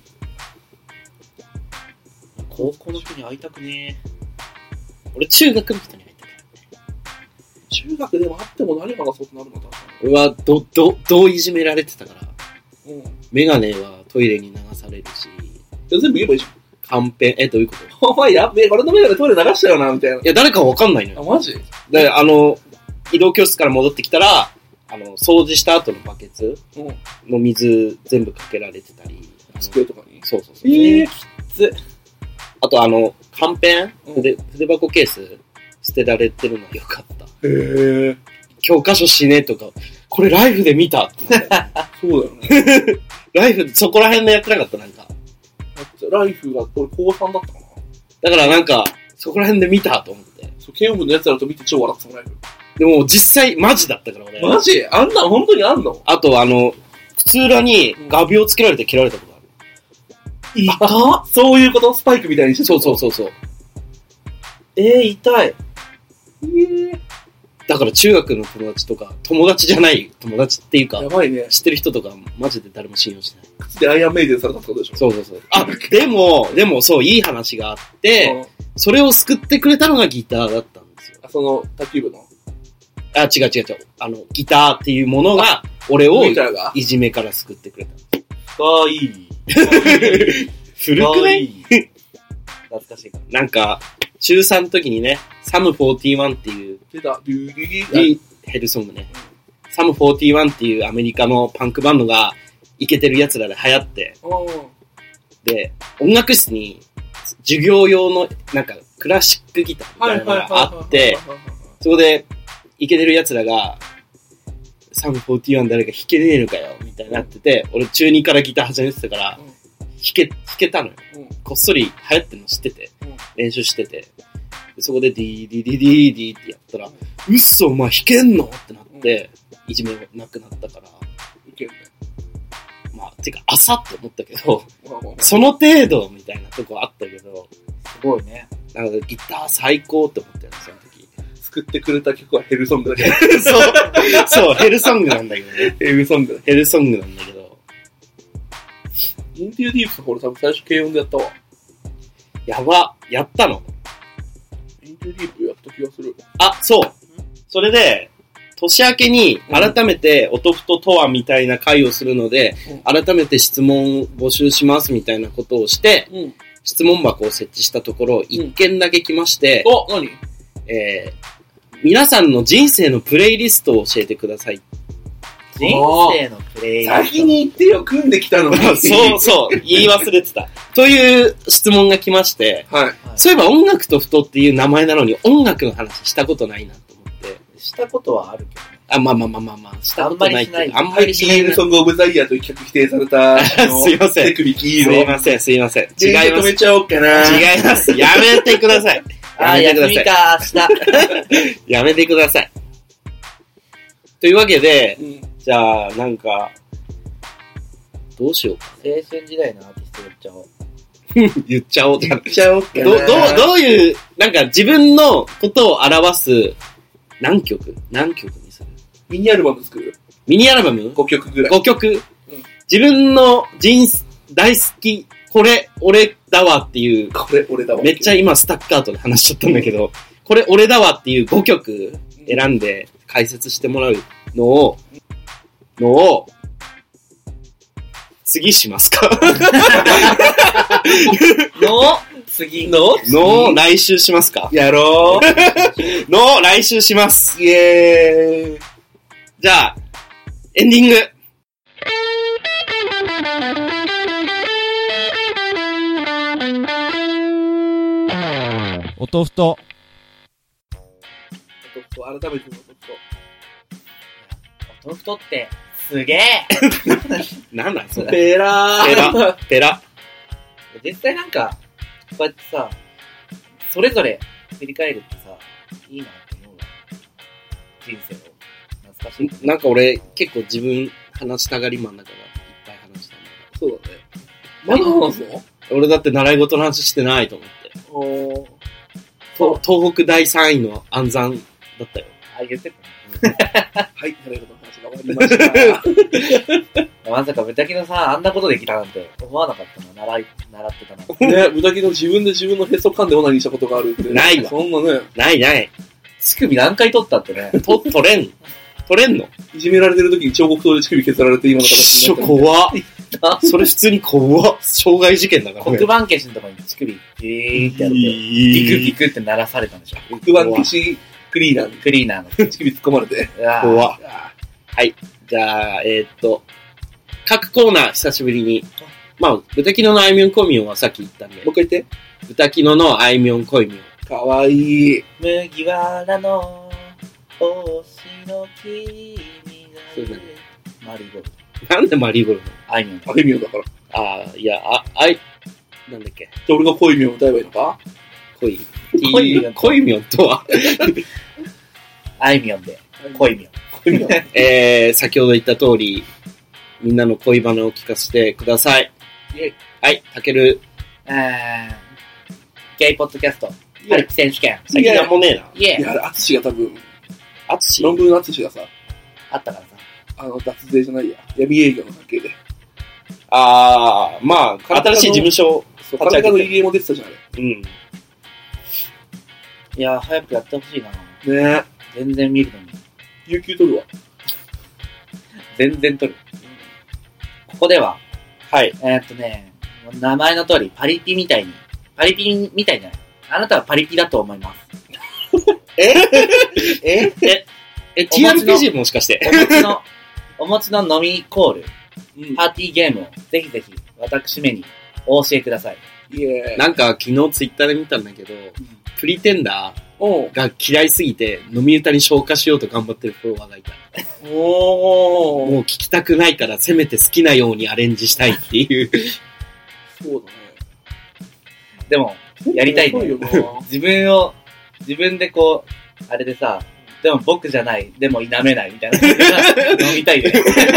高校の人に会いたくねえ。俺、中学の人に会いたくない。 中学でも会っても何話そうとなるのかな。 俺は、ど、ど、どういじめられてたから。 うん。 メガネはトイレに流されるし。 全部言えばいいじゃん。 カンペン、え、どういうことお前やべえ、俺のメガネトイレ流したよな、みたいな。いや、誰かわかんないのよ。 あ、マジで、あの、移動教室から戻ってきたら、あの、掃除した後のバケツの水全部かけられてたり。 机とかに。 そうそうそう。 えー、きつ。 あとあの、カンペン、うん、筆、筆箱ケース捨てられてるのよかった。 へー。 教科書死ねとか、これライフで見たって。 そうだよね。 ライフ、そこら辺のやってなかった、なんか。 ライフが、俺高さんだったかな。 だからなんか、そこら辺で見たと思って。 そう、慶応部のやつらと見て超笑ってたもん、ライフ。 でも実際マジだったから俺。 マジあんな本当にあんの？ あとあの、靴裏に画鋲つけられて切られたことある。 いた？そういうことスパイクみたいにしてそうそうそうそう。 えー、痛い。 えー。 だから中学の友達とか、友達じゃない友達っていうか、 やばいね。 知ってる人とかマジで誰も信用しない。 靴でアイアンメイデンされたってことでしょ？ そうそうそう。あ、でも、でもそう、いい話があって、それを救ってくれたのがギターだったんですよ。 あ、その、卓球部の？ あ、違う違う違う。あの、ギターっていうものが、俺をいじめから救ってくれた。 かわいい。 古くない？ 懐かしいから。なんか、 ちゅうさんの時にね、サムフォーティーワンっていう、 出た、デューギギリヘルソングね。サムフォーティーワンっていうアメリカのパンクバンドがイケてる奴らで流行って、で、音楽室に授業用のなんかクラシックギターみたいなのがあって、そこでイケてる奴らが、サムフォーティーワン誰か弾けねえのかよみたいになってて、俺中にからギター始めてたから、弾け、弾けたのよ。こっそり流行ってるの知ってて、練習してて、そこでディーディーディーディーディーってやったら、うっそお前弾けんのってなって、いじめがなくなったから、 いけるね。 まあ、てか、朝って思ったけど、その程度みたいなとこあったけど、 すごいね。 なんかギター最高って思ったよね、その時。 作ってくれた曲はヘルソングだけど。 そう、そう、ヘルソングなんだけどね。 ヘルソングだ。 ヘルソングなんだけど。 インティアディープスのこれ多分最初軽音でやったわ。 やば、やったの？ インティアディープやった気がする。 あ、そう。それで、年明けに改めておとふととはみたいな会をするので、うん、改めて質問募集しますみたいなことをして、うん、質問箱を設置したところ、一、うん、件だけ来まして、 お、何？ えー、皆さんの人生のプレイリストを教えてください。 人生のプレイリスト。 先に言ってよ、組んできたのに。 そうそう、言い忘れてた。という質問が来まして、はい、そういえば音楽とふとっていう名前なのに音楽の話したことないなと思って。 したことはあるけどね。 あ、まあまあまあまあまあ、したことないけど。 あんまりしない。 ビールソングオブザイヤーと企画否定された。 すいません。 手首黄色。 すいません、すいません。違います。 止めちゃおうかな。 違います。やめてください。 あー、休みか、明日。 やめてください。というわけで、うん、じゃあ、なんか、どうしようか。 青春時代のアーティスト言っちゃおう。 言っちゃおう。 言っちゃおうかな。 ど、どう、どういう、なんか自分のことを表す何曲何曲にする？ ミニアルバム作る？ ミニアルバム ? ご 曲ぐらい。 ごきょく、うん、自分の人生、大好き、これ、俺だわっていう。 これ、俺だわ。 めっちゃ今スタッカートで話しちゃったんだけど、うん、これ、俺だわっていうごきょく選んで解説してもらうのを、のを、次しますかの次のの来週しますかやろうの来週します。 イエーイ。 じゃあ、エンディング。 おとふと。 おとふと、改めておとふと。 おとふとって、すげえなんだそれ。 ペラー。 ペラ。ペラ。 実際なんか、こうやってさ、それぞれ振り返るってさ、いいなって思うわ。人生を。懐かしい。 なんか俺、結構自分話したがりマンだから、いっぱい話したんだけど。そうだね。まだ話すの？ 俺だって習い事の話してないと思って。おー。東北だいさんいの暗算だったよ。 あ、言ってたね。はい、習い事の話が終わりました。 まさか豚キノさんあんなことできたなんて思わなかったな。習い、習ってたな。 ね、豚キノ自分で自分のへそ噛んでオナニーしたことがあるって。 ないわ。 そんなね。 ないない。 乳首何回取ったってね。 と、取れん。取れんの？ いじめられてる時に彫刻刀で乳首削られて今の形になった。 怖っ。それ普通に怖っ。傷害事件だからね。 黒板消しのとこに乳首ピーってやって、ピクピクって鳴らされたんでしょ。 黒板消しクリーナー。 クリーナーの乳首突っ込まれて。 怖っ。はい。じゃあ、えー、っと、各コーナー久しぶりに。まあ、豚キノのあいみょんこいみょんはさっき言ったんで。 もう一回言って。 豚キノのあいみょんこいみょん。 かわいい。 麦わらの星の君がいる。マリーゴールド。なんでマリーゴールド？ あいみょん。 あいみょんだから。 ああ、いや、あ、あい、なんだっけ。 じゃあ俺がこいみょん歌えばいいのか？ 恋。恋、恋みょんとはあいみょんで、恋みょん。 恋みょん。 えー、先ほど言った通り、みんなの恋バナを聞かせてください。はい、たける。 えー、ゲイポッドキャスト、パリピ選手権。 最近なんもねえな。 イエー。 いや、あれ、アツシが多分、 アツシ論文のアツシがさ、 あったからさ。 あの、脱税じゃないや、闇営業の関係で。 あー、まあ、新しい事務所、 そう、体の入り江も出てたじゃん、あれ。 うん。 いやー、早くやってほしいな。 ねえ。 全然見るのに。 有給取るわ。 全然取る。ここでは、 はい。 えー、っとね、名前の通り、パリピみたいに、パリピみたいじゃない？ あなたはパリピだと思います。 えええ、え、ティーアールピージー もしかして。 お持ちの、お持ちの飲みコール、 うん。 パーティーゲームをぜひぜひ私めにお教えください。 いえ。 なんか昨日ツイッターで見たんだけど、プリテンダおう。 ーが嫌いすぎて飲み歌に消化しようと頑張ってるフォロワーがいた。 おー。 もう聞きたくないからせめて好きなようにアレンジしたいっていう。 そうでも、 だね。 やりたいねそうよな。 自分を、自分でこう、あれでさ、でも僕じゃない、でも否めないみたいな。飲みたいね。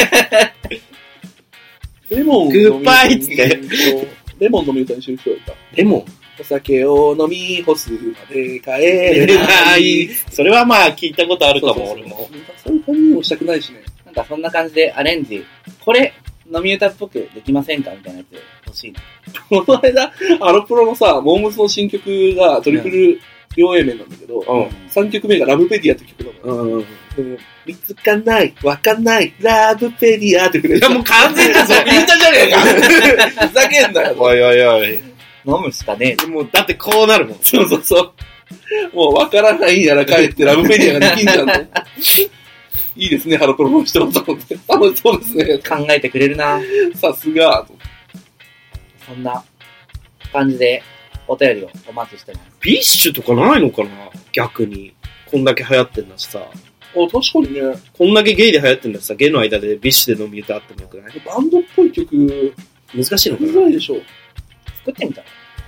レモングッバイっつってレモン飲み歌にしてる人がいた。 でも、 お酒を飲み干すまで帰えれなないい。それはまあ聞いたことあるかも、 そうそうそう俺も。 そういう感じにもしたくないしね。 なんかそんな感じでアレンジ、これ飲み歌っぽくできませんかみたいなやつ欲しいな。 この間、アロプロのさ、モームスの新曲がトリプル両 A 面なんだけど、 うん。 さんきょくめがラブペディアって曲なのよ。 うん。 でも見つかない、わかんない、ラブペディアってくれいやもう完全にそれ言ったじゃねえか。 ふざけんなよ。 おいおいおい。 飲むしかねえ。 もうだってこうなるもん。 そうそうそう。もうわからないなら帰ってラブペディアができんじゃんと。いいですね、ハロプロの人と思って。楽しそうですね。 考えてくれるな。 さすが。 そんな感じでお便りをお待ちしてます。 ビッシュとかないのかな逆に。こんだけ流行ってんだしさ。 あ、確かにね。 こんだけゲイで流行ってんだしさ、ゲイの間でビッシュで飲み歌あってもよくないバンドっぽい曲、 難しいのかうなざいでしょ。 作ってみたら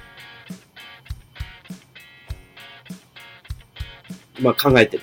まあ考えてる。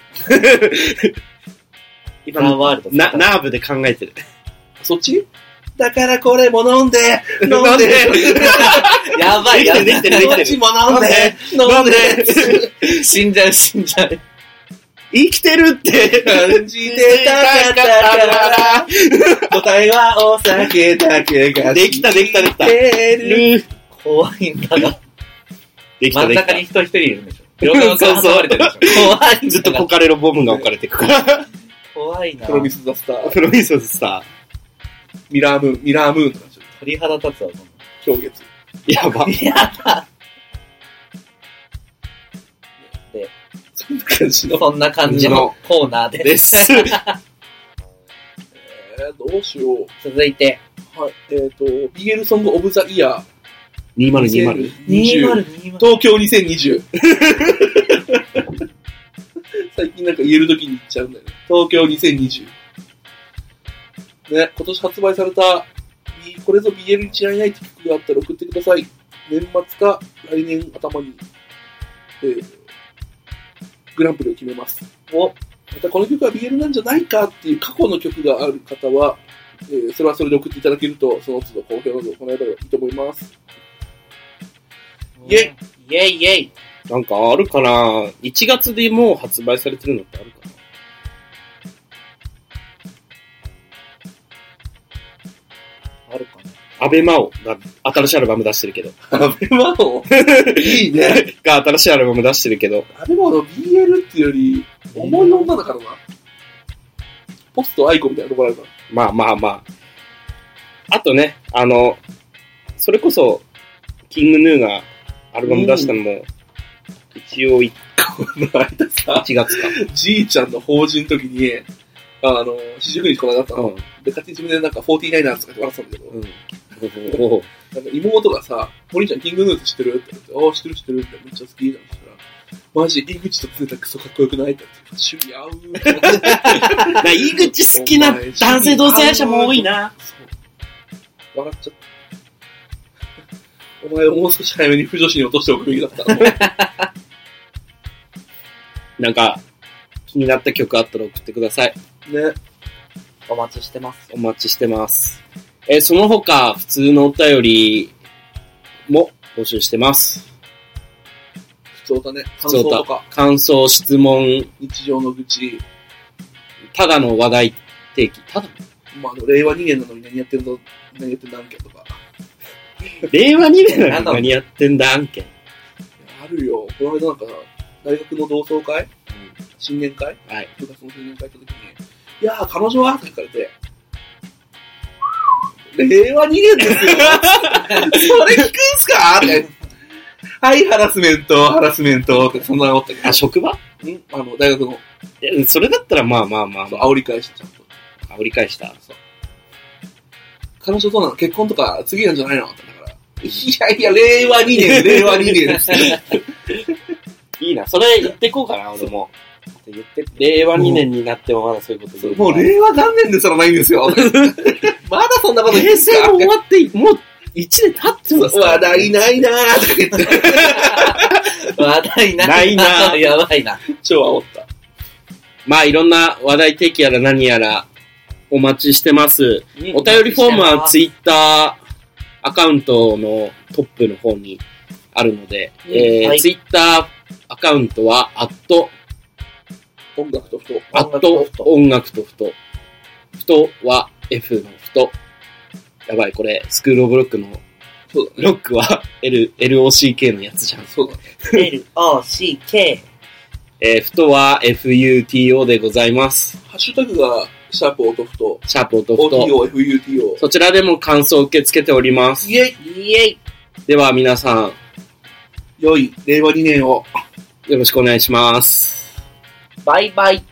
今ラワールドな、ナーブで考えてる。 そっちだからこれも飲んで、飲んで、 やばい、やばい。 できてるできてるこっちも飲んで、飲んで、 死んじゃう、死んじゃう。 生きてるって感じてたかったから、答えはお酒だけができたできたできた。 る。 怖いんだが。 できた真んできた。 中に人一人いるんでしょ。両側から挟まれてるでしょ。怖いんだが。 ずっとコカレロボムが置かれてくから。 怖いな。 プロミスザスター、 プロミスさ、 ミラームーン、ミラームーンとか鳥肌立つわ、 氷月。 やば。 やだ。で、 そんな感じの。 そんな感じのコーナーで。 ですす。 えー、どうしよう。 続いて、 はい。えっ、ー、と、ビーエル ソングオブザイヤー。 にせんにじゅう。 にじゅう。 にじゅう。 東京にせんにじゅう。最近なんか言える時に言っちゃうんだよね。東京にせんにじゅう。ね、今年発売された、B- これぞ ビーエル に違いないって曲があったら送ってください。年末か来年頭に、えー、グランプリを決めます。 お、 またこの曲は ビーエル なんじゃないかっていう過去の曲がある方は、えー、それはそれで送っていただけると、その都度好評などを行えばいいと思います。イェイイェイイェイ。 なんかあるかないちがつでもう発売されてるのってあるかあるかな。 なアベマオが新しいアルバム出してるけど。 アベマのいいね。 が新しいアルバム出してるけど。 アベマの ビーエル っていうより、重い女だからな。ポストアイコンみたいなところあるから。 まあまあまあ。あとね、あの、それこそ、キングヌーがアルバム出したのも、一応いこの間さ、 ちがつか。 じいちゃんの法事の時に、あの、四十九日この間だったの。 うん。 で、勝手に自分でなんか、フォーティーナイナーズとかって笑ってたんだけど、 うん。おおなんか妹がさ、お兄ちゃんキングヌーズ知ってるって言って、ああ、知ってる知ってるってめっちゃ好きなんて言ったら、マジ、井口とつねたクソかっこよくないって言って、趣味合うーって。 な井口好きな男性同性愛者も多いな。 そう。笑っちゃった。お前をもう少し早めに不女子に落としておくべきだったの。 なんか、気になった曲あったら送ってください。 ね。 お待ちしてます。 お待ちしてます。えーその他、普通のお便りも募集してます。 普通だね。感普通だ想とか、 感想、質問、 日常の愚痴。 ただの話題提起。ただまあ、あの、令和にねんなのに何やってんの、何やってんだ案件とか。 令和にねんなのに何やってんだ案件。 あるよ。この間なんかさ、大学の同窓会新年会はい。 部活の新年会行った時に、いやー、彼女はって聞かれて、令和にねんですよそれ聞くんすかって。 はい、ハラスメント、ハラスメントってそんな思ったけど。 あ、職場？ んあの、大学の。 えそれだったらまあまあまあ、まあ、 煽り返してちゃんと。 煽り返した。そう。 彼女どうなの？結婚とか次なんじゃないのってだから。いやいや、れいわにねん、れいわにねんです。 いいな、それ言ってこうかな、俺も。言ってれいわにねんになってもまだそういうこと言う。 もう令和元年ですらないんですよ。まだそんなこと言うん平ですか？ 成も終わって、もういちねん経ってますから、 話題ないなーとか言って。 話題ないな。 ないなやばいな。 超煽った。 まあいろんな話題提起やら何やらお待ちしてます。 うんお便りフォームはツイッターアカウントのトップの方にあるので、 うんえーはいツイッターアカウントは、アット、 音楽とふと。 アット音楽とふと。ふとは F のふと。やばい、これ、スクールオブロックの、 そうだね。 ロックは L、エルオーシーケー のやつじゃん。 そうだね。 エルオーシーケえー、ふとは エフユーティーオー でございます。 ハッシュタグが、シャープオトフト。 シャープオトフト。 オーティーオーエフユーティーオー。 そちらでも感想を受け付けております。 イェイー。イエイ。 では皆さん、 良い令和にねんを。 よろしくお願いします。 バイバイ。